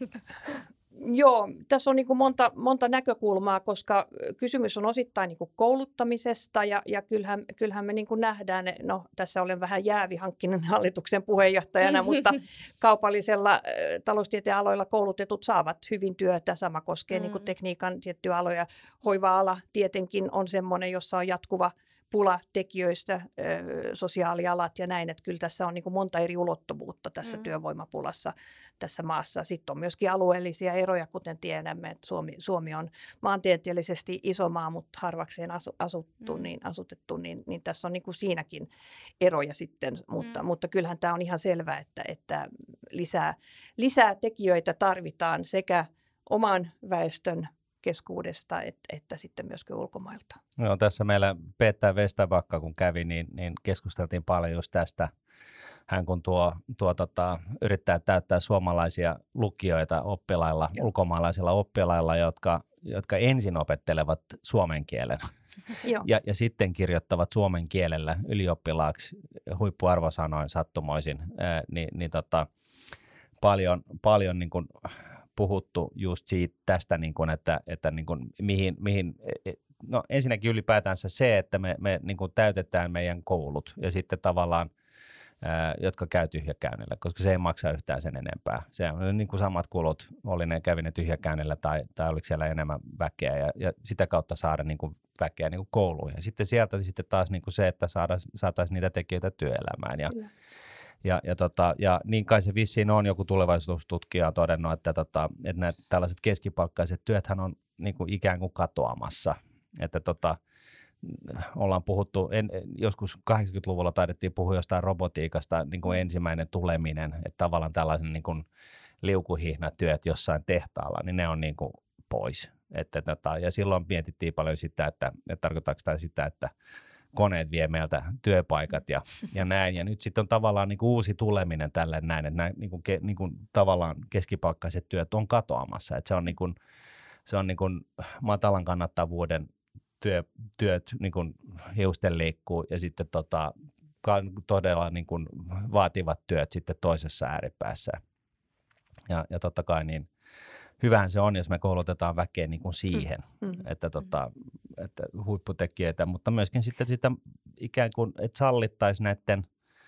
Joo, tässä on niin kuin monta näkökulmaa, koska kysymys on osittain niin kuin kouluttamisesta ja kyllähän me niin kuin nähdään, no tässä olen vähän jäävihankkinen hallituksen puheenjohtajana, mutta kaupallisella taloustieteen aloilla koulutetut saavat hyvin työtä, sama koskee niin kuin tekniikan tiettyjä aloja. Hoiva-ala tietenkin on semmoinen, jossa on jatkuva pula tekijöistä, sosiaalialat ja näin, että kyllä tässä on niin kuin monta eri ulottuvuutta tässä työvoimapulassa tässä maassa. Sitten on myöskin alueellisia eroja, kuten tiedämme, että Suomi on maantieteellisesti iso maa, mutta harvakseen asutettu, niin tässä on niin kuin siinäkin eroja sitten, mutta kyllähän tämä on ihan selvää, että lisää tekijöitä tarvitaan sekä oman väestön keskuudesta, että sitten myöskin ulkomailta. No, tässä meillä Peter Westerbacka, kun kävi, niin keskusteltiin paljon just tästä. Hän kun yrittää täyttää suomalaisia lukijoita oppilailla, ulkomaalaisilla oppilailla, jotka ensin opettelevat suomen kielen ja sitten kirjoittavat suomen kielellä ylioppilaaksi huippuarvosanoin sattumoisin, paljon niin kuin puhuttu just tästä, niin kuin, että niin kuin, mihin no ensinnäkin ylipäätänsä se, että me niin kuin täytetään meidän koulut ja sitten tavallaan jotka käy tyhjäkäynnillä, koska se ei maksa yhtään sen enempää. Se on niin kuin samat kulut, oli ne kävi ne tyhjäkäynnillä tai oliko siellä enemmän väkeä ja sitä kautta saada niin kuin väkeä niin kuin kouluun. Ja sitten sieltä sitten taas niin kuin se, että saataisiin niitä tekijöitä työelämään. Ja niin kai se vissiin on, joku tulevaisuustutkija on todennut, että nämä tällaiset keskipalkkaiset työthän on niin kuin ikään kuin katoamassa. Että ollaan puhuttu, joskus 80-luvulla taidettiin puhua jostain robotiikasta, niin kuin ensimmäinen tuleminen, että tavallaan tällaisen niin kuin liukuhihnatyöt jossain tehtaalla, niin ne on niin kuin pois. Ja silloin mietittiin paljon sitä, että tarkoittaako tämä sitä, että koneet vie meiltä työpaikat ja näin. Ja nyt sitten on tavallaan niin kuin uusi tuleminen tälle näin, että nämä niin kuin tavallaan keskipalkkaiset työt on katoamassa. Että se on niin kuin matalan kannattavuuden työt niin kuin hiusten liikkuu ja sitten todella niin kuin vaativat työt sitten toisessa ääripäässä. Ja totta kai niin hyvähän se on, jos me koulutetaan väkeä niin kuin siihen, että huipputekijöitä, mutta myöskin sitten sitä ikään kuin, että sallittaisiin näiden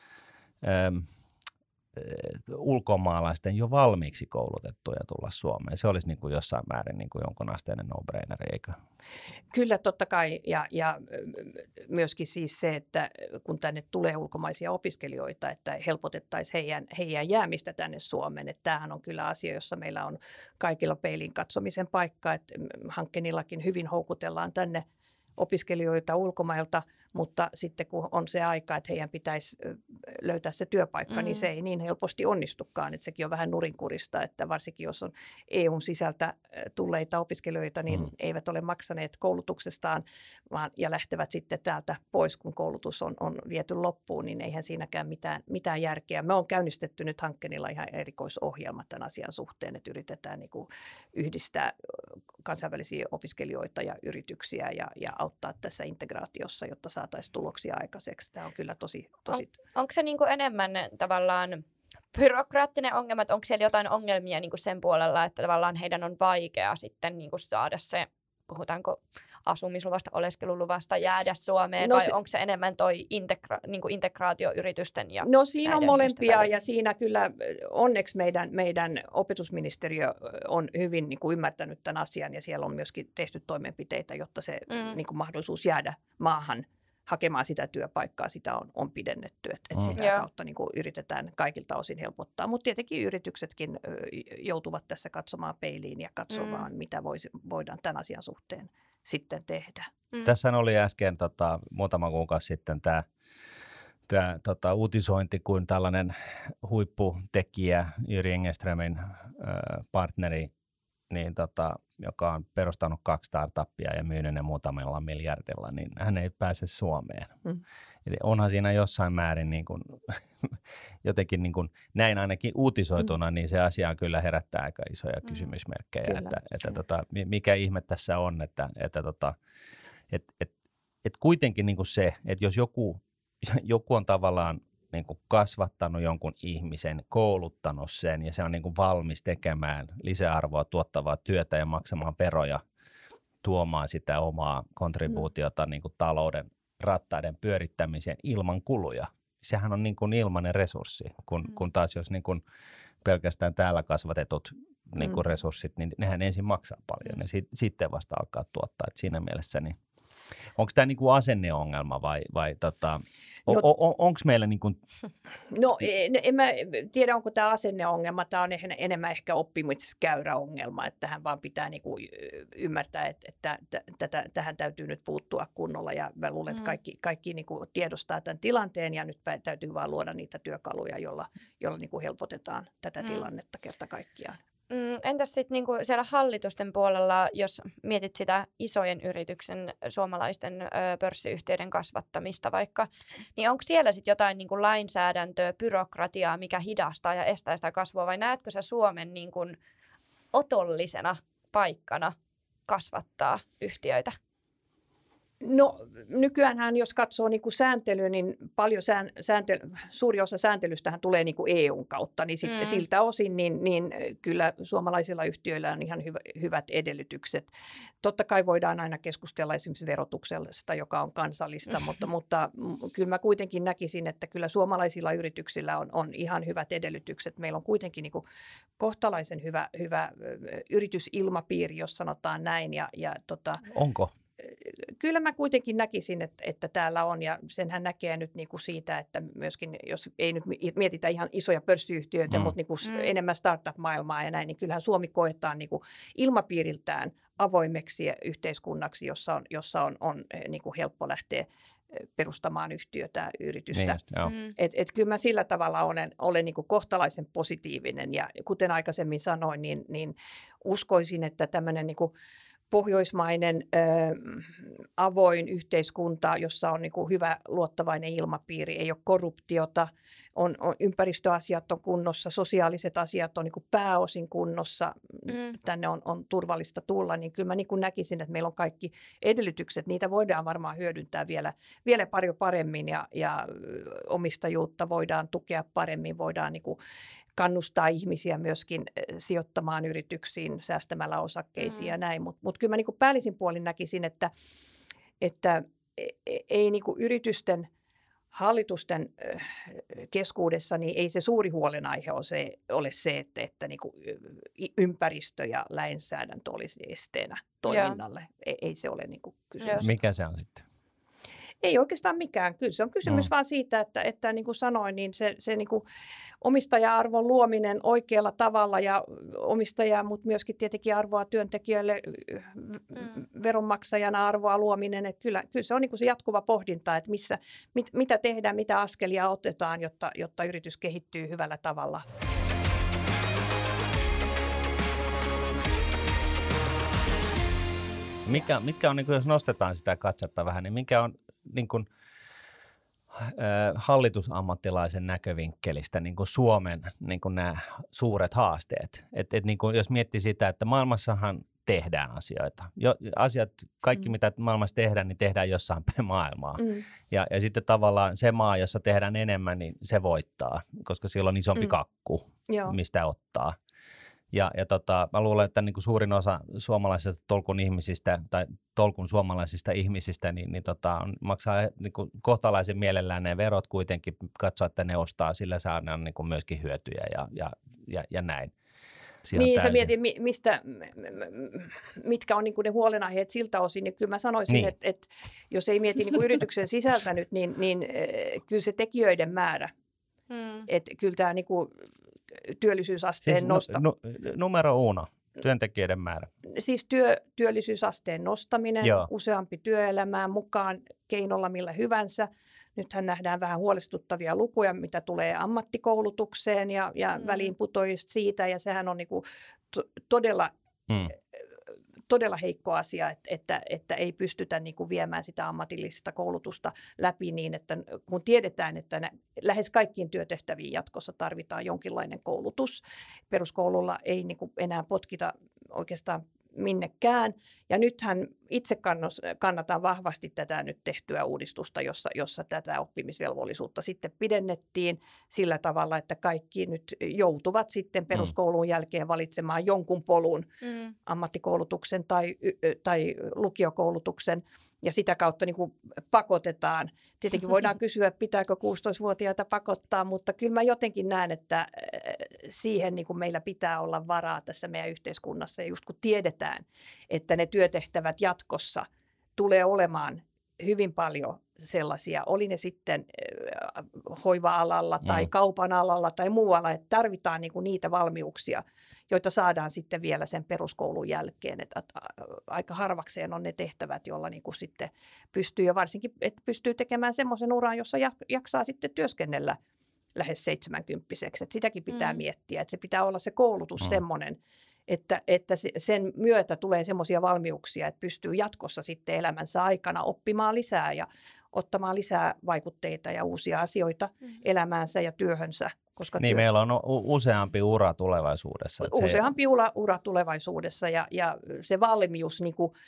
ulkomaalaisten jo valmiiksi koulutettuja tulla Suomeen. Se olisi niin kuin jossain määrin niin kuin jonkun asteinen no-braineri, eikö? Kyllä totta kai ja myöskin siis se, että kun tänne tulee ulkomaisia opiskelijoita, että helpotettaisiin heidän jäämistä tänne Suomeen. Että tämähän on kyllä asia, jossa meillä on kaikilla peilin katsomisen paikka, että Hankkenillakin hyvin houkutellaan tänne opiskelijoita ulkomailta, mutta sitten kun on se aika, että heidän pitäisi löytää se työpaikka, niin se ei niin helposti onnistukaan. Että sekin on vähän nurinkurista, että varsinkin jos on EUn sisältä tulleita opiskelijoita, niin eivät ole maksaneet koulutuksestaan ja lähtevät sitten täältä pois, kun koulutus on viety loppuun, niin eihän siinäkään mitään järkeä. Me on käynnistetty nyt Hankkenilla ihan erikoisohjelma tämän asian suhteen, että yritetään niin kuin yhdistää kansainvälisiä opiskelijoita ja yrityksiä ja auttaa tässä integraatiossa, jotta saataisiin tuloksia aikaiseksi. Tämä on kyllä tosi... Onko se niin kuin enemmän tavallaan byrokraattinen ongelma, että onko siellä jotain ongelmia niin kuin sen puolella, että tavallaan heidän on vaikea sitten niin kuin saada se, puhutaanko asumisluvasta, oleskeluluvasta, jäädä Suomeen, vai onko se enemmän toi niin kuin integraatioyritysten ja No siinä on molempia ja siinä kyllä onneksi meidän opetusministeriö on hyvin niin kuin ymmärtänyt tämän asian ja siellä on myöskin tehty toimenpiteitä, jotta se niin kuin mahdollisuus jäädä maahan hakemaan sitä työpaikkaa, sitä on pidennetty, että sitä kautta niin kuin yritetään kaikilta osin helpottaa. Mutta tietenkin yrityksetkin joutuvat tässä katsomaan peiliin ja katsomaan, mitä voidaan tämän asian suhteen sitten tehdä. Tässä oli äsken muutama kuukausi sitten tämä uutisointi, kun tällainen huipputekijä Jyri Engeströmin partneri, niin joka on perustanut 2 startuppia ja myynyt ne muutamalla miljardilla, niin hän ei pääse Suomeen. Eli onhan siinä jossain määrin niin kuin, jotenkin niin kuin, näin ainakin uutisoituna, niin se asia kyllä herättää aika isoja kysymysmerkkejä, että mikä ihme tässä on, että kuitenkin niin kuin se, että jos joku on tavallaan niin kuin kasvattanut jonkun ihmisen, kouluttanut sen ja se on niin kuin valmis tekemään lisäarvoa tuottavaa työtä ja maksamaan veroja, tuomaan sitä omaa kontribuutiota niin kuin talouden rattaiden pyörittämiseen ilman kuluja. Sehän on niin kuin ilmainen resurssi, kun taas jos niin kuin pelkästään täällä kasvatetut niin kuin resurssit, niin nehän ensin maksaa paljon ja sitten vasta alkaa tuottaa. Et siinä mielessä, niin onko tämä niin kuin asenneongelma vai onko meillä niin kuin... No en mä tiedä, onko tämä asenneongelma. Tämä on enemmän ehkä oppimiskäyräongelma, että tähän vaan pitää niin kuin ymmärtää, että tähän täytyy nyt puuttua kunnolla. Ja mä luulen, että kaikki niin kuin tiedostaa tämän tilanteen ja nyt täytyy vaan luoda niitä työkaluja, joilla niin kuin helpotetaan tätä tilannetta kerta kaikkiaan. Entäs sitten niinku siellä hallitusten puolella, jos mietit sitä isojen yrityksen suomalaisten pörssiyhtiöiden kasvattamista vaikka, niin onko siellä sitten jotain niinku lainsäädäntöä, byrokratiaa, mikä hidastaa ja estää sitä kasvua, vai näetkö sä Suomen niinku otollisena paikkana kasvattaa yhtiöitä? No nykyäänhän, jos katsoo niin kuin sääntelyä, niin paljon suuri osa sääntelystähän tulee niin kuin EUn kautta, niin sitten siltä osin niin kyllä suomalaisilla yhtiöillä on ihan hyvät edellytykset. Totta kai voidaan aina keskustella esimerkiksi verotuksesta, joka on kansallista, mutta kyllä mä kuitenkin näkisin, että kyllä suomalaisilla yrityksillä on ihan hyvät edellytykset. Meillä on kuitenkin niin kuin kohtalaisen hyvä yritysilmapiiri, jos sanotaan näin. Onko? Kyllä mä kuitenkin näkisin, että täällä on, ja senhän näkee nyt niin kuin siitä, että myöskin, jos ei nyt mietitä ihan isoja pörssiyhtiöitä, mutta niin kuin enemmän startup-maailmaa ja näin, niin kyllähän Suomi koetaan niin kuin ilmapiiriltään avoimeksi yhteiskunnaksi, jossa on niin kuin helppo lähteä perustamaan yhtiötä, yritystä. Niin kyllä mä sillä tavalla olen niin kuin kohtalaisen positiivinen, ja kuten aikaisemmin sanoin, niin uskoisin, että tämmöinen niin kuin pohjoismainen avoin yhteiskunta, jossa on niin kuin hyvä luottavainen ilmapiiri, ei ole korruptiota, on ympäristöasiat on kunnossa, sosiaaliset asiat on niin kuin pääosin kunnossa, tänne on turvallista tulla, niin kyllä mä niin kuin näkisin, että meillä on kaikki edellytykset, niitä voidaan varmaan hyödyntää vielä paljon paremmin, ja omistajuutta voidaan tukea paremmin, voidaan niin kuin kannustaa ihmisiä myöskin sijoittamaan yrityksiin, säästämällä osakkeisiin ja näin. Mutta kyllä mä niin kuin päällisin puolin näkisin, että ei niin kuin yritysten hallitusten keskuudessa, niin ei se suuri huolenaihe ole se, että niin kuin ympäristö ja lainsäädäntö olisi esteenä toiminnalle. Ei se ole niin kuin kysymys. Mikä se on sitten? Ei oikeastaan mikään. Kyllä se on kysymys vaan siitä, että niin kuin sanoin, niin se niin kuin omistaja-arvon luominen oikealla tavalla ja omistajaa, mutta myöskin tietenkin arvoa työntekijöille, veronmaksajana arvoa luominen. Että kyllä se on niin kuin se jatkuva pohdinta, että mitä tehdään, mitä askelia otetaan, jotta yritys kehittyy hyvällä tavalla. Mikä on, niin kuin jos nostetaan sitä katsetta vähän, niin mikä on niin kuin, hallitusammattilaisen näkövinkkelistä niin kuin Suomen niin kuin nämä suuret haasteet? Niin kuin, jos miettii sitä, että maailmassahan tehdään asioita. Asiat, kaikki mitä maailmassa tehdään, niin tehdään jossain päin maailmaa. Ja sitten tavallaan se maa, jossa tehdään enemmän, niin se voittaa, koska siellä on isompi kakku, mistä ottaa. Ja mä luulen, että niin kuin suurin osa suomalaisista tolkun suomalaisista ihmisistä maksaa niin kuin kohtalaisen mielellään ne verot kuitenkin, katsoa, että ne ostaa, sillä saadaan niin kuin myöskin hyötyjä ja näin. Niin, sä mietit, mitkä on niin kuin ne huolenaiheet siltä osin, niin kyllä mä sanoisin, niin. että jos ei mieti niin kuin yrityksen sisältä nyt, niin kyllä se tekijöiden määrä, että kyllä tämä niin kuin työllisyysasteen nosto. Numero uno, työntekijöiden määrä. Siis työllisyysasteen nostaminen, useampi työelämään mukaan keinolla millä hyvänsä. Nythän nähdään vähän huolestuttavia lukuja, mitä tulee ammattikoulutukseen ja väliinputoajista siitä, ja sehän on niinku todella heikko asia, että ei pystytä niinku viemään sitä ammatillista koulutusta läpi niin, että kun tiedetään, että lähes kaikkiin työtehtäviin jatkossa tarvitaan jonkinlainen koulutus. Peruskoululla ei niinku enää potkita oikeastaan minnekään. Ja nythän itse kannatan vahvasti tätä nyt tehtyä uudistusta, jossa tätä oppimisvelvollisuutta sitten pidennettiin sillä tavalla, että kaikki nyt joutuvat sitten peruskoulun jälkeen valitsemaan jonkun polun, ammattikoulutuksen tai lukiokoulutuksen, ja sitä kautta niin kuin pakotetaan. Tietenkin voidaan kysyä, pitääkö 16-vuotiaita pakottaa, mutta kyllä mä jotenkin näen, että siihen niin kuin meillä pitää olla varaa tässä meidän yhteiskunnassa. Ja just kun tiedetään, että ne työtehtävät jatkossa tulee olemaan hyvin paljon sellaisia, oli ne sitten hoiva-alalla tai kaupan alalla tai muualla, että tarvitaan niin kuin niitä valmiuksia, joita saadaan sitten vielä sen peruskoulun jälkeen. Että aika harvakseen on ne tehtävät, joilla niin kuin sitten pystyy, ja varsinkin että pystyy tekemään semmoisen uran, jossa jaksaa sitten työskennellä lähes 70-vuotiaaksi. Että sitäkin pitää miettiä, että se pitää olla se koulutus semmoinen, että sen myötä tulee semmoisia valmiuksia, että pystyy jatkossa sitten elämänsä aikana oppimaan lisää ja ottamaan lisää vaikutteita ja uusia asioita elämäänsä ja työhönsä. Koska niin, meillä on useampi ura tulevaisuudessa. Useampi ura tulevaisuudessa, ja se valmius niin kuin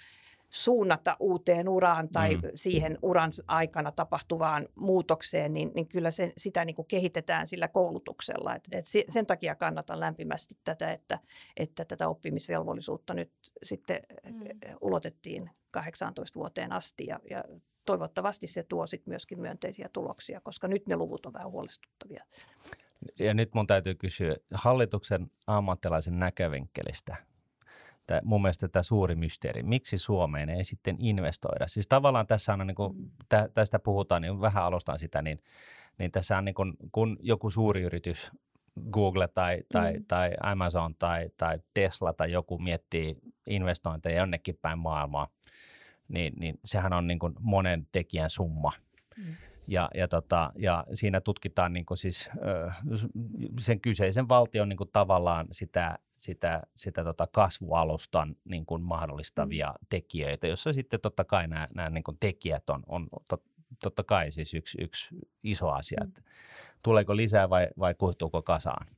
suunnata uuteen uraan tai siihen uran aikana tapahtuvaan muutokseen, niin kyllä sitä niin kuin kehitetään sillä koulutuksella. Sen takia kannatan lämpimästi tätä, että tätä oppimisvelvollisuutta nyt sitten ulotettiin 18 vuoteen asti ja toivottavasti se tuo sitten myöskin myönteisiä tuloksia, koska nyt ne luvut on vähän huolestuttavia. Ja nyt mun täytyy kysyä hallituksen ammattilaisen näkövinkkelistä. Mun mielestä tämä suuri mysteeri, miksi Suomeen ei sitten investoida? Siis tavallaan tässä on, niin kuin, tästä puhutaan, niin vähän alustan sitä, niin tässä on niin kuin, kun joku suuri yritys, Google tai Amazon tai Tesla tai joku miettii investointeja jonnekin päin maailmaa, niin sehän on niin kuin monen tekijän summa. Ja siinä tutkitaan niin kuin siis, sen kyseisen valtion niin kuin tavallaan sitä kasvualustan niin kuin mahdollistavia tekijöitä, jossa sitten totta kai nämä niin kuin tekijät on totta kai siis yksi iso asia, että tuleeko lisää vai kuihtuuko kasaan.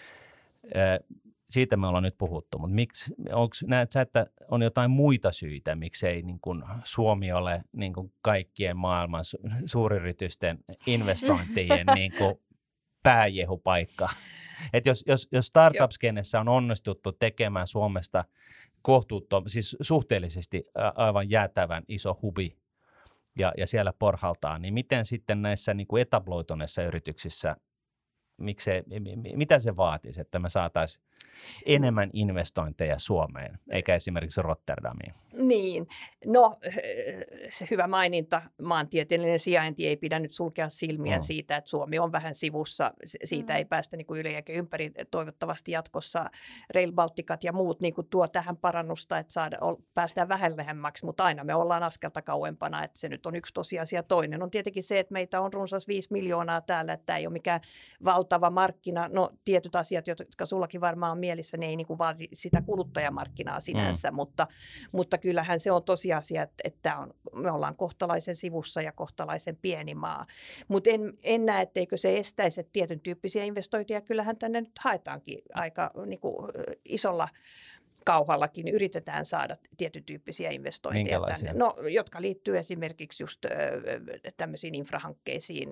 Siitä me ollaan nyt puhuttu, mutta näet sä, että on jotain muita syitä, miksei niin kuin Suomi ole niin kuin kaikkien maailman suuryritysten investointien niin kuin pääjehupaikka? Että jos startup-skenessä on onnistuttu tekemään Suomesta siis suhteellisesti aivan jäätävän iso hubi ja siellä porhaltaan, niin miten sitten näissä niin kuin etabloituneissa yrityksissä, mitä se vaatisi, että me saataisiin enemmän investointeja Suomeen, eikä esimerkiksi Rotterdamiin? Niin, no se hyvä maininta, maantieteellinen sijainti ei pidä nyt sulkea silmiä siitä, että Suomi on vähän sivussa, siitä ei päästä niin kuin yli eikä ympäri, toivottavasti jatkossa Rail Balticat ja muut niin kuin tuo tähän parannusta, että päästään vähän lähemmäksi, mutta aina me ollaan askelta kauempana, että se nyt on yksi tosiasia. Toinen on tietenkin se, että meitä on runsas 5 miljoonaa täällä, että tämä ei ole mikään valtava markkina, no tietyt asiat, jotka sullakin varmaan on mielissä, ne ei niin kuin vaadi sitä kuluttajamarkkinaa sinänsä, mutta kyllähän se on tosiasia, että me ollaan kohtalaisen sivussa ja kohtalaisen pieni maa. Mutta en näe, etteikö se estäisi, että tietyn tyyppisiä investointeja, kyllähän tänne nyt haetaankin aika niin kuin isolla kauhallakin yritetään saada tietyn tyyppisiä investointeja tänne, jotka liittyy esimerkiksi just tämmöisiin infrahankkeisiin,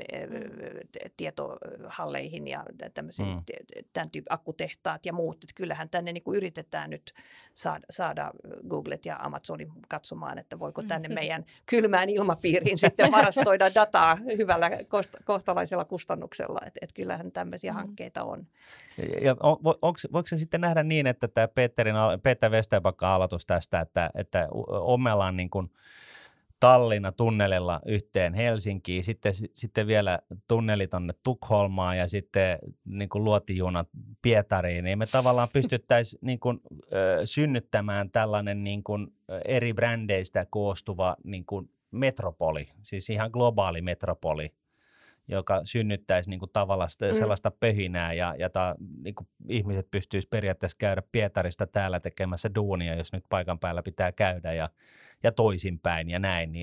tietohalleihin ja tämmöisiin tämän akkutehtaat ja muut. Että kyllähän tänne niin kuin yritetään nyt saada Googlet ja Amazonin katsomaan, että voiko tänne meidän kylmään ilmapiiriin sitten varastoida dataa hyvällä kohtalaisella kustannuksella. Että kyllähän tämmöisiä hankkeita on. Ja voiko se sitten nähdä niin, että tämä Peter Westerback aloitus tästä, että ommellaan niin kuin Tallinna tunnelilla yhteen Helsinkiin, sitten vielä tunneli tuonne Tukholmaan ja sitten niin kuin luotijunat Pietariin, niin me tavallaan pystyttäisiin niin kuin, synnyttämään tällainen niin kuin eri brändeistä koostuva niin kuin metropoli, siis ihan globaali metropoli, joka synnyttäisi niin kuin tavallaan sellaista pöhinää ja niin kuin ihmiset pystyisivät periaatteessa käydä Pietarista täällä tekemässä duunia, jos nyt paikan päällä pitää käydä ja toisinpäin ja näin,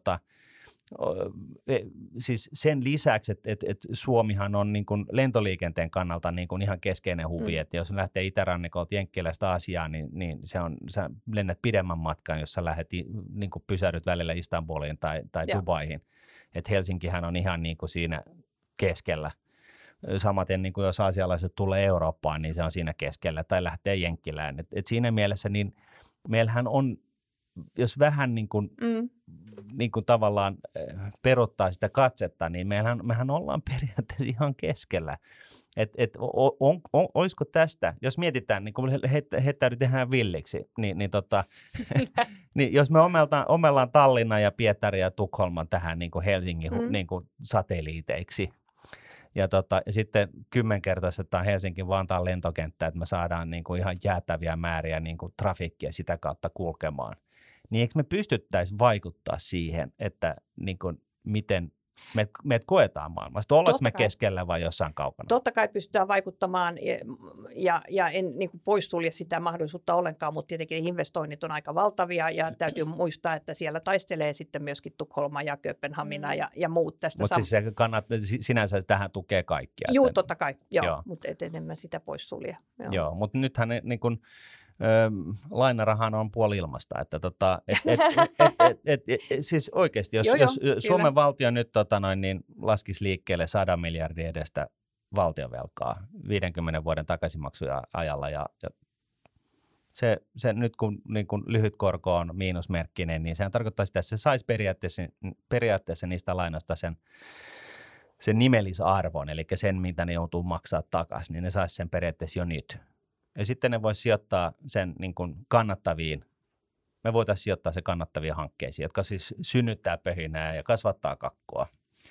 siis sen lisäksi, että Suomihan on niin kuin lentoliikenteen kannalta niin kuin ihan keskeinen huvi, että jos lähtee itärannikolta Jenkkilästä Aasiaan, niin sä lennät pidemmän matkan, jos sä niin kuin pysähdyt välillä Istanbuliin tai Dubaihin. Että Helsinkihän on ihan niin kuin siinä keskellä. Samaten niin kuin jos aasialaiset tulee Eurooppaan, niin se on siinä keskellä tai lähtee Jenkkilään. Et siinä mielessä niin meillähän on, jos vähän niin kuin tavallaan perottaa sitä katsetta, niin mehän ollaan periaatteessa ihan keskellä. Olisiko tästä, jos mietitään, niin kun heittäydytään villiksi, niin jos me omellaan Tallinna ja Pietari ja Tukholman tähän niin kuin Helsingin niin kuin satelliiteiksi, ja sitten 10-kertaistetaan Helsinki-Vantaan lentokenttä, että me saadaan niin kuin ihan jäätäviä määriä niin kuin trafiikkia sitä kautta kulkemaan, niin eikö me pystyttäisi vaikuttaa siihen, että niin kuin, miten meidät koetaan maailmasta? Ollaanko me keskellä vai jossain kaukana? Totta kai pystytään vaikuttamaan ja en niin kuin poissulje sitä mahdollisuutta ollenkaan, mutta tietenkin investoinnit on aika valtavia ja täytyy muistaa, että siellä taistelee sitten myöskin Tukholma ja Kööpenhamina ja muut tästä. Mutta siis se sinänsä tähän tukee kaikkia. Joo, totta kai, joo. Mutta enemmän sitä poissulje. Joo, mutta nythän niin kuin lainarahan on puoli ilmasta, että siis oikeasti, jos Suomen valtio nyt niin laskisi liikkeelle 100 miljardin edestä valtionvelkaa 50 vuoden takaisinmaksuja ajalla ja se nyt kun niin kun lyhyt korko on miinusmerkkinen, niin sehän tarkoittaa sitä, että se saisi periaatteessa niistä lainasta sen nimellisarvon, eli sen, mitä ne joutuu maksaa takaisin, niin ne saisi sen periaatteessa jo nyt. Ja sitten ne voisi sijoittaa sen niin kuin me voitaisiin sijoittaa se kannattaviin hankkeisiin, jotka siis synnyttää pöhinää ja kasvattaa kakkua.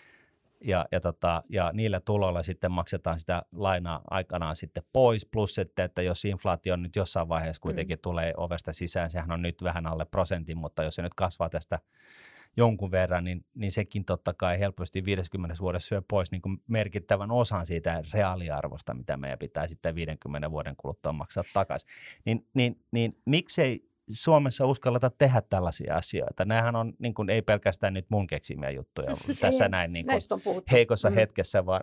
Ja niillä tuloilla sitten maksetaan sitä lainaa aikanaan sitten pois, plus että jos inflaatio nyt jossain vaiheessa kuitenkin tulee ovesta sisään, sehän on nyt vähän alle 1%, mutta jos se nyt kasvaa tästä jonkun verran, niin sekin totta kai helposti 50 vuodessa syö pois niin kuin merkittävän osan siitä reaaliarvosta, mitä meidän pitää sitten 50 vuoden kuluttua maksaa takaisin. Niin miksei Suomessa uskalleta tehdä tällaisia asioita? Nämähän on niin kuin, ei pelkästään nyt mun keksimiä juttuja tässä näin niin kuin heikossa hetkessä, vaan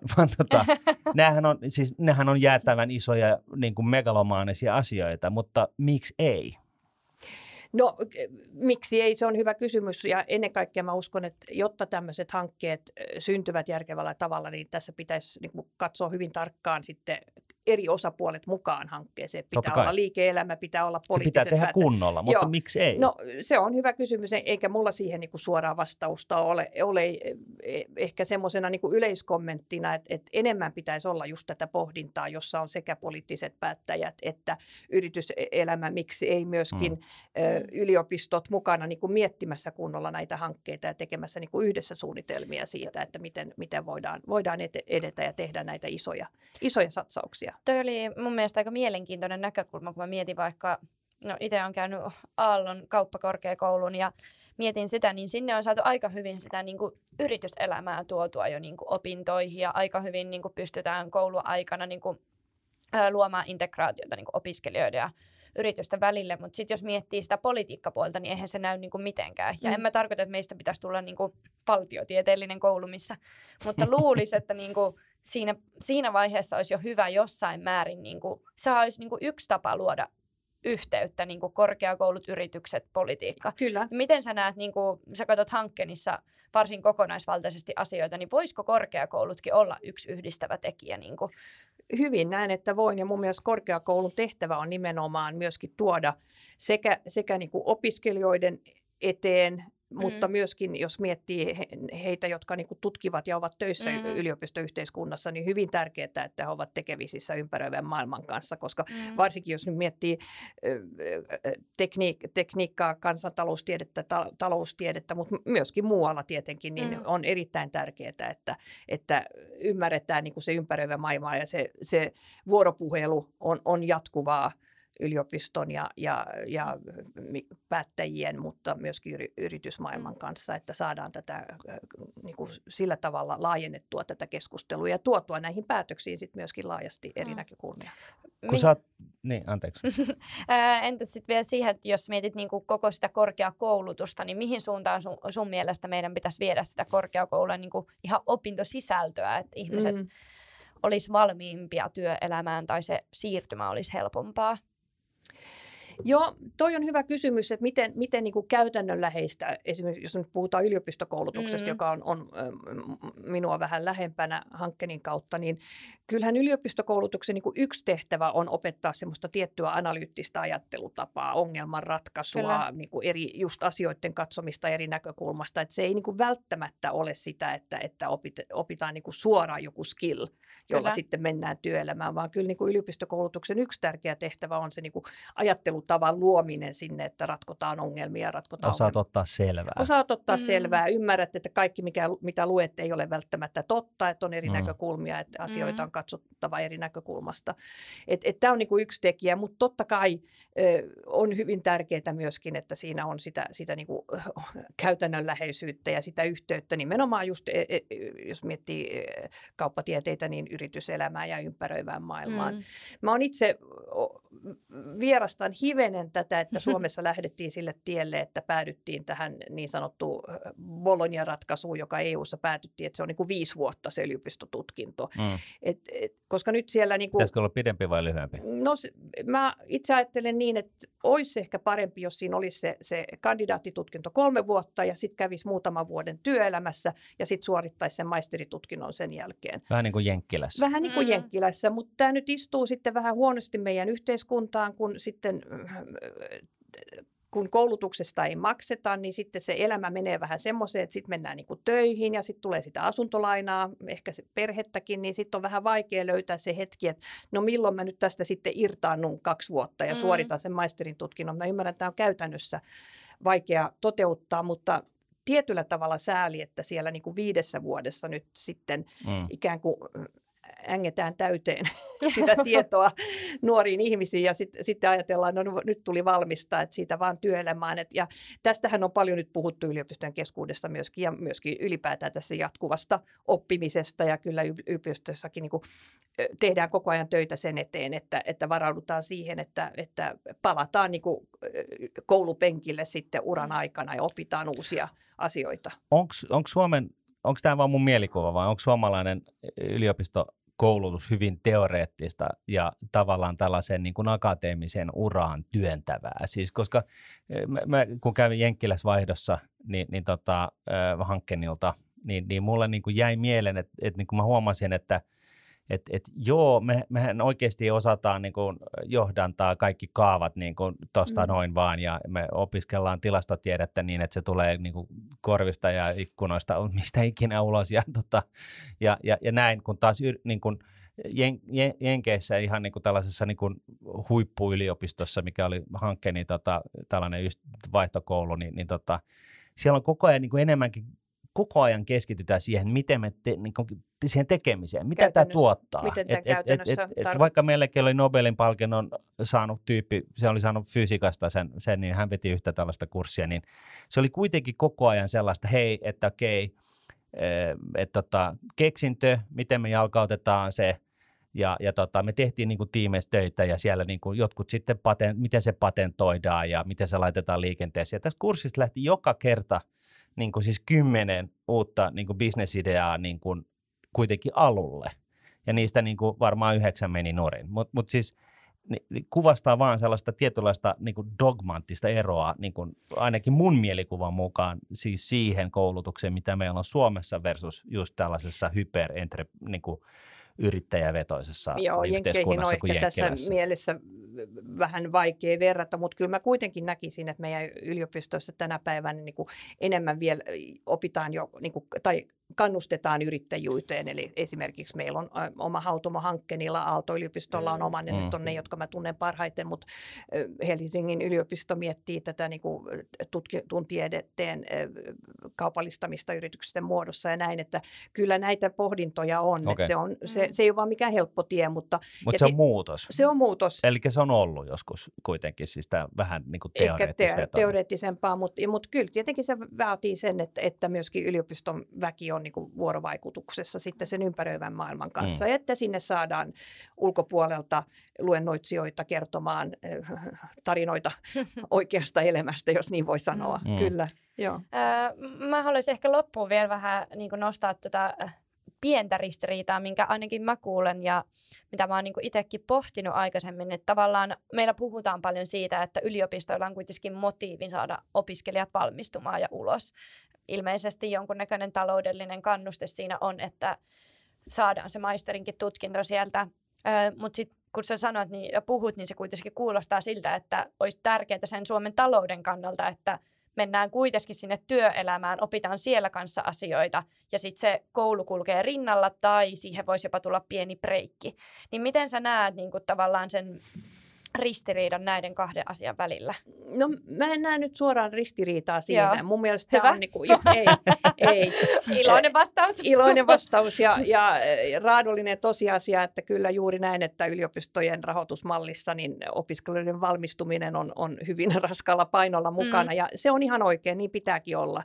nehän on jäätävän isoja niin kuin megalomaanisia asioita, mutta miksi ei? No miksi ei, se on hyvä kysymys ja ennen kaikkea mä uskon, että jotta tämmöiset hankkeet syntyvät järkevällä tavalla, niin tässä pitäisi niin kuin katsoa hyvin tarkkaan sitten eri osapuolet mukaan hankkeeseen. Pitää olla liike-elämä, pitää olla poliittiset se pitää tehdä kunnolla, mutta miksi ei? No se on hyvä kysymys, eikä mulla siihen niin kuin suoraa vastausta ole ehkä semmoisena niin kuin yleiskommenttina, että enemmän pitäisi olla just tätä pohdintaa, jossa on sekä poliittiset päättäjät että yrityselämä, miksi ei myöskin yliopistot mukana niin kuin miettimässä kunnolla näitä hankkeita ja tekemässä niin kuin yhdessä suunnitelmia siitä, että miten voidaan edetä ja tehdä näitä isoja satsauksia. Toi oli mun mielestä aika mielenkiintoinen näkökulma, kun mä mietin vaikka, itse olen käynyt Aallon kauppakorkeakoulun ja mietin sitä, niin sinne on saatu aika hyvin sitä niin kuin yrityselämää tuotua jo niin kuin opintoihin ja aika hyvin niin kuin pystytään kouluaikana niin kuin luomaan integraatiota niin kuin opiskelijoiden ja yritysten välille, mutta sitten jos miettii sitä politiikkapuolta, niin eihän se näy niin kuin mitenkään. Ja en mä tarkoita, että meistä pitäisi tulla niin kuin valtiotieteellinen koulu missä, mutta luulisi, että niin kuin siinä vaiheessa olisi jo hyvä jossain määrin, niin kuin, se olisi niin kuin yksi tapa luoda yhteyttä, niin kuin korkeakoulut, yritykset, politiikka. Kyllä. Miten sä näet, niin kuin sä katsot hankkeenissa varsin kokonaisvaltaisesti asioita, niin voisiko korkeakoulutkin olla yksi yhdistävä tekijä? Niin kuin? Hyvin näen, että voin, ja mun mielestä korkeakoulun tehtävä on nimenomaan myöskin tuoda sekä niin kuin opiskelijoiden eteen, mutta myöskin jos miettii heitä, jotka niin kuin tutkivat ja ovat töissä yliopistoyhteiskunnassa, niin hyvin tärkeää, että he ovat tekemisissä ympäröivän maailman kanssa, koska varsinkin jos nyt miettii tekniikkaa, kansantaloustiedettä, taloustiedettä, mutta myöskin muualla tietenkin, niin on erittäin tärkeää, että ymmärretään niin kuin se ympäröivä maailma ja se vuoropuhelu on jatkuvaa yliopiston ja päättäjien, mutta myöskin yritysmaailman kanssa, että saadaan tätä niin kuin sillä tavalla laajennettua tätä keskustelua ja tuotua näihin päätöksiin sit myöskin laajasti eri näkökulmia. Anteeksi. Entäs sitten vielä siihen, että jos mietit niin kuin koko sitä korkeakoulutusta, niin mihin suuntaan sun mielestä meidän pitäisi viedä sitä korkeakoulua niin kuin ihan opintosisältöä, että ihmiset olisi valmiimpia työelämään tai se siirtymä olisi helpompaa? Joo, toi on hyvä kysymys, että miten niin kuin käytännönläheistä, esimerkiksi jos nyt puhutaan yliopistokoulutuksesta, joka on minua vähän lähempänä hankkeeni kautta, niin kyllähän yliopistokoulutuksen niin kuin yksi tehtävä on opettaa semmoista tiettyä analyyttistä ajattelutapaa, ongelmanratkaisua, niin kuin just asioiden katsomista eri näkökulmasta, että se ei niin kuin välttämättä ole sitä, että opitaan niin kuin suoraan joku skill, jolla sitten mennään työelämään, vaan kyllä niin kuin yliopistokoulutuksen yksi tärkeä tehtävä on se niin kuin ajattelutavan luominen sinne, että ratkotaan ongelmia. Osaat ottaa selvää. Osaat ottaa selvää. Ymmärrät, että kaikki, mitä luet, ei ole välttämättä totta, että on eri näkökulmia, että asioita on katsottava eri näkökulmasta. Tämä on niin kuin yksi tekijä, mutta totta kai on hyvin tärkeää myöskin, että siinä on sitä niin kuin käytännönläheisyyttä ja sitä yhteyttä nimenomaan just, jos miettii kauppatieteitä, niin yrityselämään ja ympäröivään maailmaan. Mä oon itse vierastan hivenen tätä, että Suomessa lähdettiin sille tielle, että päädyttiin tähän niin sanottuun Bologna-ratkaisuun, joka EU:ssa päätyttiin, että se on niin kuin 5 vuotta se yliopistotutkinto. Koska nyt siellä... Niin kuin, pitäisikö olla pidempi vai lyhyempi? No mä itse ajattelen niin, että olisi ehkä parempi, jos siinä olisi se kandidaattitutkinto 3 vuotta ja sitten kävisi muutaman vuoden työelämässä ja sitten suorittaisi sen maisteritutkinnon sen jälkeen. Vähän niin kuin Jenkkilässä. Vähän niin kuin Jenkkilässä, mutta tämä nyt istuu sitten vähän huonosti meidän yhteiskuntaan, kun koulutuksesta ei makseta, niin sitten se elämä menee vähän semmoiseen, että sitten mennään niin kuin töihin ja sitten tulee sitä asuntolainaa, ehkä se perhettäkin, niin sitten on vähän vaikea löytää se hetki, että no milloin mä nyt tästä sitten irtaannun 2 vuotta ja suoritan sen maisterin tutkinnon. Mä ymmärrän, että tämä on käytännössä vaikea toteuttaa, mutta tietyllä tavalla sääli, että siellä niin kuin 5 vuodessa nyt sitten ikään kuin ängetään täyteen sitä tietoa nuoriin ihmisiin ja sitten ajatellaan, no nyt tuli valmista, että siitä vaan työelämään. Ja tästähän on paljon nyt puhuttu yliopistojen keskuudessa myöskin ja myöskin ylipäätään tässä jatkuvasta oppimisesta ja kyllä yliopistoissakin niin kuin tehdään koko ajan töitä sen eteen, että varaudutaan siihen, että palataan niin kuin koulupenkille sitten uran aikana ja opitaan uusia asioita. Onko tämä vaan mun mielikuva vai onko suomalainen yliopistokoulutus hyvin teoreettista ja tavallaan tällaisen niin kuin akateemisen uraan työntävää? Siis koska mä kun kävin Jenkkilässä vaihdossa Hankenilta, niin mulle niin kuin jäi mieleen, että niin kuin mä huomasin, että joo, mehän oikeasti osataan niin kuin johdantaa kaikki kaavat niin kuin tuosta noin vaan, ja me opiskellaan tilastotiedettä niin, että se tulee niin kuin korvista ja ikkunoista, mistä ikinä ulos, ja näin, kun taas niin kuin Jenkeissä ihan niin kuin tällaisessa niin kuin huippuyliopistossa, mikä oli hankkeen, tällainen vaihtokoulu, niin siellä on koko ajan niin kuin enemmänkin koko ajan keskitytään siihen, miten me siihen tekemiseen, mitä tämä tuottaa. Miten tämä käytännössä vaikka meillekin oli Nobelin palkinnon saanut tyyppi, se oli saanut fysiikasta sen, niin hän veti yhtä tällaista kurssia, niin se oli kuitenkin koko ajan sellaista, hei, että okei, keksintö, miten me jalkautetaan se, ja me tehtiin niin kuin tiimeissä töitä, ja siellä niin kuin jotkut sitten, miten se patentoidaan, ja miten se laitetaan liikenteeseen. Ja tästä kurssista lähti joka kerta niin kuin siis 10 uutta niin kuin bisnesideaa niin kuin kuitenkin alulle. Ja niistä niin kuin varmaan 9 meni nurin. Mutta siis kuvastaa vaan sellaista tietynlaista niin kuin dogmanttista eroa, niin kuin ainakin mun mielikuvan mukaan, siis siihen koulutukseen, mitä meillä on Suomessa versus just tällaisessa niin kuin yrittäjävetoisessa yhteiskunnassa kuin Jenkkilässä. Tässä mielessä vähän vaikea verrata, mutta kyllä mä kuitenkin näkisin, että meidän yliopistoissa tänä päivänä niin kuin enemmän vielä opitaan jo, niin kuin, tai kannustetaan yrittäjyyteen, eli esimerkiksi meillä on oma hautomo Hankenilla, Aalto-yliopistolla on oma, ne nyt on ne, jotka mä tunnen parhaiten, mutta Helsingin yliopisto miettii tätä niin kuin tuntieteen kaupallistamista yritysten muodossa ja näin, että kyllä näitä pohdintoja on, että se ei ole vaan mikään helppo tie, mutta se on muutos. Se on muutos. Eli se on ollut joskus kuitenkin, siis tämä vähän niin kuin teoreettisempaa, mutta kyllä tietenkin se vaatii sen, että myöskin yliopiston väki on niin kuin vuorovaikutuksessa sitten sen ympäröivän maailman kanssa, että sinne saadaan ulkopuolelta luennoitsijoita kertomaan tarinoita oikeasta elämästä, jos niin voi sanoa. Kyllä, joo. Mä haluaisin ehkä loppuun vielä vähän niin kuin nostaa pientä ristiriitaa, minkä ainakin mä kuulen ja mitä mä oon niin kuin itsekin pohtinut aikaisemmin, että tavallaan meillä puhutaan paljon siitä, että yliopistoilla on kuitenkin motiivi saada opiskelijat valmistumaan ja ulos. Ilmeisesti jonkunnäköinen taloudellinen kannuste siinä on, että saadaan se maisterinkin tutkinto sieltä, mutta sitten kun sä sanot ja puhut, niin se kuitenkin kuulostaa siltä, että olisi tärkeää sen Suomen talouden kannalta, että mennään kuitenkin sinne työelämään, opitaan siellä kanssa asioita ja sitten se koulu kulkee rinnalla tai siihen voisi jopa tulla pieni breikki. Niin miten sä näet niin kuin tavallaan sen ristiriidan näiden 2 asian välillä? No mä en näe nyt suoraan ristiriitaa siinä. Mun mielestä tämä on niinku, ei. Iloinen vastaus. Iloinen vastaus ja raadollinen tosiasia, että kyllä juuri näin, että yliopistojen rahoitusmallissa niin opiskelijoiden valmistuminen on hyvin raskalla painolla mukana ja se on ihan oikein, niin pitääkin olla.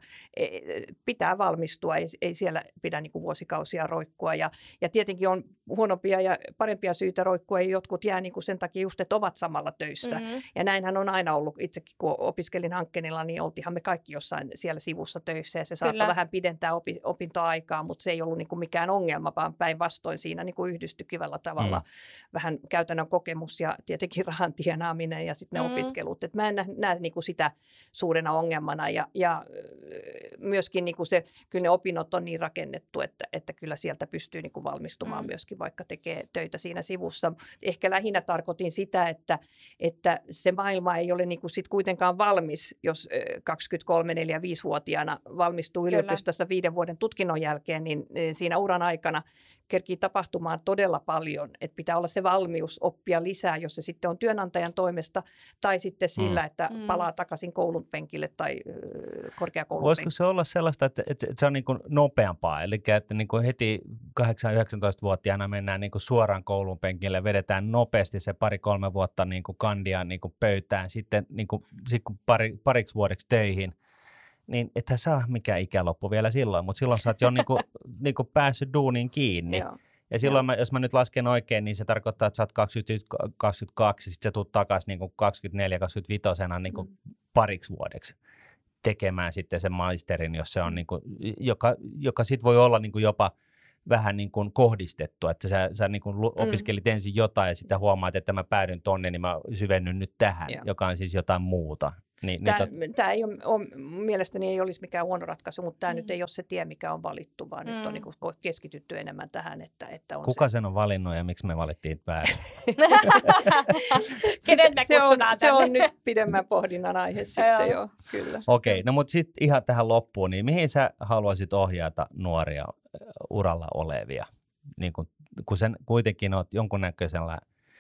Pitää valmistua, ei siellä pidä niinku vuosikausia roikkua ja tietenkin on huonompia ja parempia syitä roikkua ja jotkut jää niinku sen takia just, että ovat samalla töissä. Ja näinhän on aina ollut. Itsekin kun opiskelin hankkeenilla, niin oltiinhan me kaikki jossain siellä sivussa töissä ja se saattoi vähän pidentää opintoaikaa, mutta se ei ollut niin kuin mikään ongelma, vaan päinvastoin siinä niin kuin yhdistyi kivalla tavalla vähän käytännön kokemus ja tietenkin rahan tienaaminen ja sitten ne opiskelut. Et mä en näe niin kuin sitä suurena ongelmana ja myöskin niin kuin kyllä ne opinnot on niin rakennettu, että kyllä sieltä pystyy niin kuin valmistumaan myöskin, vaikka tekee töitä siinä sivussa. Ehkä lähinnä tarkoitin sitä, että se maailma ei ole niin kuin sit kuitenkaan valmis, jos 23, 4, 5-vuotiaana valmistuu yliopistosta 5 vuoden tutkinnon jälkeen, niin siinä uran aikana kerkii tapahtumaan todella paljon, että pitää olla se valmius oppia lisää, jos se sitten on työnantajan toimesta tai sitten sillä, että palaa takaisin koulun penkille tai korkeakoulun Voisiko penkille. se olla sellaista, että se on niin kuin nopeampaa, eli että niin kuin heti 8-19-vuotiaana mennään niin kuin suoraan koulun penkille, vedetään nopeasti se 2-3 vuotta niin kuin kandia niin kuin pöytään, sitten niin kuin pariksi vuodeksi töihin, niin ethän saa mikään ikäloppu vielä silloin, mutta silloin sä oot jo niinku päässyt duuniin kiinni. Joo. Ja silloin, jos mä nyt lasken oikein, niin se tarkoittaa, että sä oot 22, sitten sä tuut takaisin niinku 24-25 niinku pariksi vuodeksi tekemään sitten sen maisterin, jos se on niinku, joka sit voi olla niinku jopa vähän niin kuin kohdistettu, että sä niin kuin opiskelit ensin jotain ja sitten huomaat, että mä päädyn tonne, niin mä syvennyn nyt tähän, joka on siis jotain muuta. Tämä ei ole, mielestäni ei olisi mikään huono ratkaisu, mutta tämä nyt ei ole se tie, mikä on valittu, vaan nyt on niin kuin keskitytty enemmän tähän, että on Kuka sen on valinnut ja miksi me valittiin väärin? Kenet me kutsutaan se on nyt pidemmän pohdinnan aihe sitten jo, kyllä. Okei, no mutta sitten ihan tähän loppuun, niin mihin sä haluaisit ohjata nuoria uralla olevia, niin kun sen kuitenkin olet jonkunnäköisellä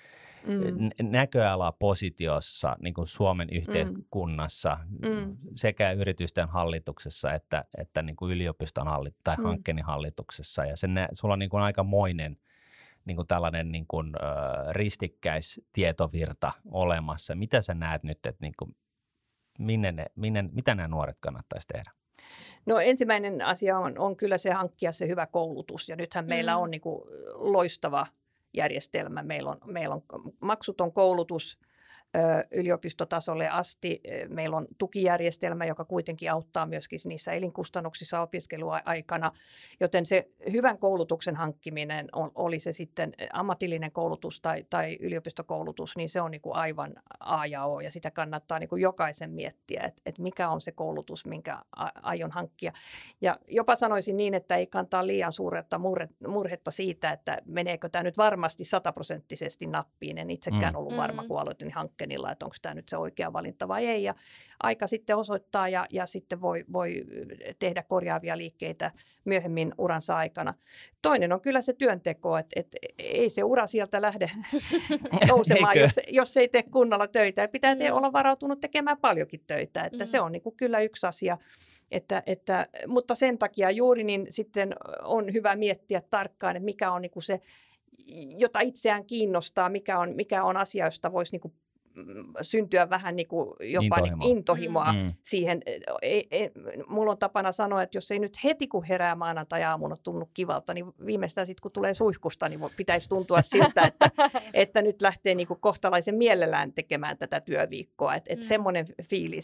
näköalapositiossa niin kuin Suomen yhteiskunnassa sekä yritysten hallituksessa että niin kuin yliopiston tai hankkeen hallituksessa. Ja sulla on niin kuin aikamoinen niin kuin tällainen niin kuin, ristikkäistietovirta olemassa. Mitä sä näet nyt, että niin kuin, mitä nämä nuoret kannattaisi tehdä? No ensimmäinen asia on kyllä se hankkia se hyvä koulutus ja nythän meillä on niin kuin loistava järjestelmä. Meillä on maksuton koulutus yliopistotasolle asti. Meillä on tukijärjestelmä, joka kuitenkin auttaa myöskin niissä elinkustannuksissa opiskeluaikana, joten se hyvän koulutuksen hankkiminen, oli se sitten ammatillinen koulutus tai yliopistokoulutus, niin se on niin kuin aivan A ja O, ja sitä kannattaa niin kuin jokaisen miettiä, että mikä on se koulutus, minkä aion hankkia. Ja jopa sanoisin niin, että ei kantaa liian suuretta murhetta siitä, että meneekö tämä nyt varmasti 100% nappiin. En itsekään ollut varma, kun aloitin hankkeen, että onko tämä nyt se oikea valinta vai ei. Ja aika sitten osoittaa ja sitten voi tehdä korjaavia liikkeitä myöhemmin uransa aikana. Toinen on kyllä se työnteko, että ei se ura sieltä lähde nousemaan, jos ei tee kunnolla töitä. Ja pitää olla varautunut tekemään paljonkin töitä. Että se on niin kuin kyllä yksi asia. Mutta sen takia juuri niin sitten on hyvä miettiä tarkkaan, että mikä on niin kuin se, jota itseään kiinnostaa, mikä on asia, josta voisi niin kuin syntyä vähän niin kuin jopa intohimoa siihen. Mulla on tapana sanoa, että jos ei nyt heti kun herää maanantai-aamuna tunnu kivalta, niin viimeistään sitten kun tulee suihkusta, niin pitäisi tuntua siltä, että nyt lähtee niin kuin kohtalaisen mielellään tekemään tätä työviikkoa. Että semmoinen fiilis.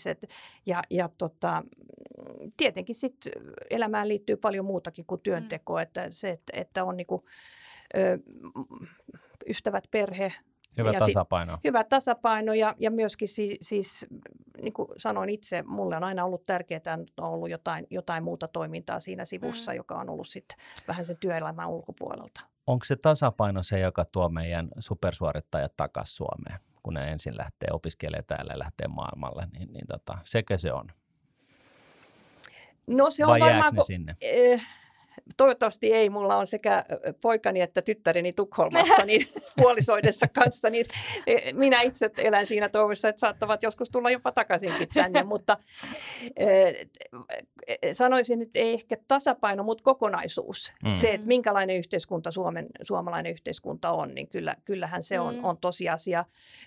Tietenkin sitten elämään liittyy paljon muutakin kuin työnteko. Että se, että on niin kuin, ystävät, perhe. Hyvä tasapaino. Hyvä tasapaino ja myöskin siis niin kuin sanoin itse, mulle on aina ollut tärkeää, että on ollut jotain muuta toimintaa siinä sivussa, joka on ollut sitten vähän sen työelämän ulkopuolelta. Onko se tasapaino se, joka tuo meidän supersuorittajat takaisin Suomeen, kun ne ensin lähtee opiskelemaan täällä ja lähtee maailmalle, niin sekö se on? No se on vai varmaan, jääkö ne sinne? Toivottavasti ei. Mulla on sekä poikani että tyttäreni Tukholmassa niin puolisoidessa kanssa, niin minä itse elän siinä toivossa, että saattavat joskus tulla jopa takaisinkin tänne, mutta sanoisin, että ei ehkä tasapaino, mutta kokonaisuus. Se, että minkälainen yhteiskunta suomalainen yhteiskunta on, niin kyllähän se on tosiasia.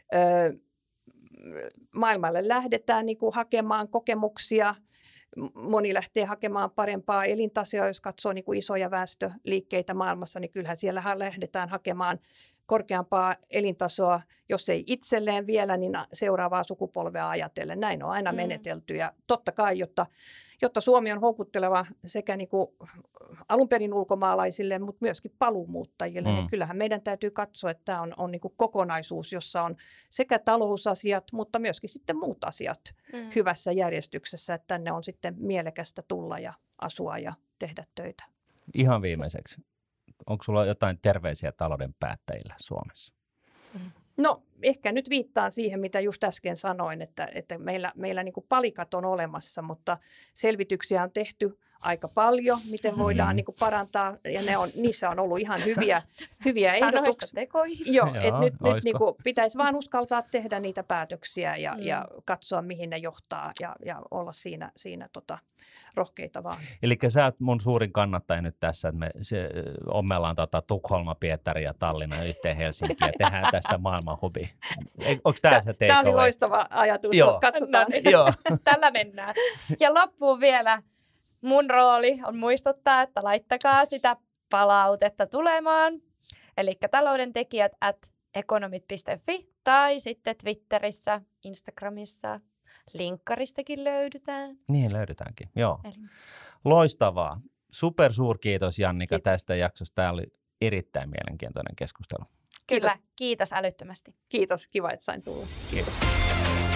Maailmalle lähdetään niin kuin hakemaan kokemuksia. Moni lähtee hakemaan parempaa elintasoa, jos katsoo niin kuin isoja väestöliikkeitä maailmassa, niin kyllähän siellä lähdetään hakemaan korkeampaa elintasoa, jos ei itselleen vielä, niin seuraavaa sukupolvea ajatellen. Näin on aina menetelty ja totta kai, jotta Suomi on houkutteleva sekä niin kuin alun perin ulkomaalaisille, mutta myöskin paluumuuttajille, niin kyllähän meidän täytyy katsoa, että tämä on niin kuin kokonaisuus, jossa on sekä talousasiat, mutta myöskin sitten muut asiat hyvässä järjestyksessä, että tänne on sitten mielekästä tulla ja asua ja tehdä töitä. Ihan viimeiseksi. Onko sulla jotain terveisiä talouden päättäjillä Suomessa? No ehkä nyt viittaan siihen, mitä just äsken sanoin, että meillä niin kuin palikat on olemassa, mutta selvityksiä on tehty aika paljon, miten voidaan niin kuin parantaa, ja niissä on ollut ihan hyviä ehdotuksia. Tekoihin. Joo, että nyt niin kuin pitäisi vaan uskaltaa tehdä niitä päätöksiä ja katsoa, mihin ne johtaa ja olla siinä rohkeita vaan. Eli sä oot mun suurin kannattaja nyt tässä, että me ommellaan Tukholma, Pietari ja Tallinna yhteen Helsinkiin ja tehdään tästä maailman hubi. Onko tämä se takeaway? Tämä oli loistava ajatus, katsotaan. Joo. Tällä mennään. Ja loppuun vielä. Mun rooli on muistuttaa, että laittakaa sitä palautetta tulemaan. Eli taloudentekijät@ekonomit.fi tai sitten Twitterissä, Instagramissa, linkkaristakin löydytään. Niin löydytäänkin, joo. Loistavaa. Super suurkiitos Jannika tästä jaksosta. Tämä oli erittäin mielenkiintoinen keskustelu. Kyllä, kiitos älyttömästi. Kiitos, kiva että sain tulla. Kiitos.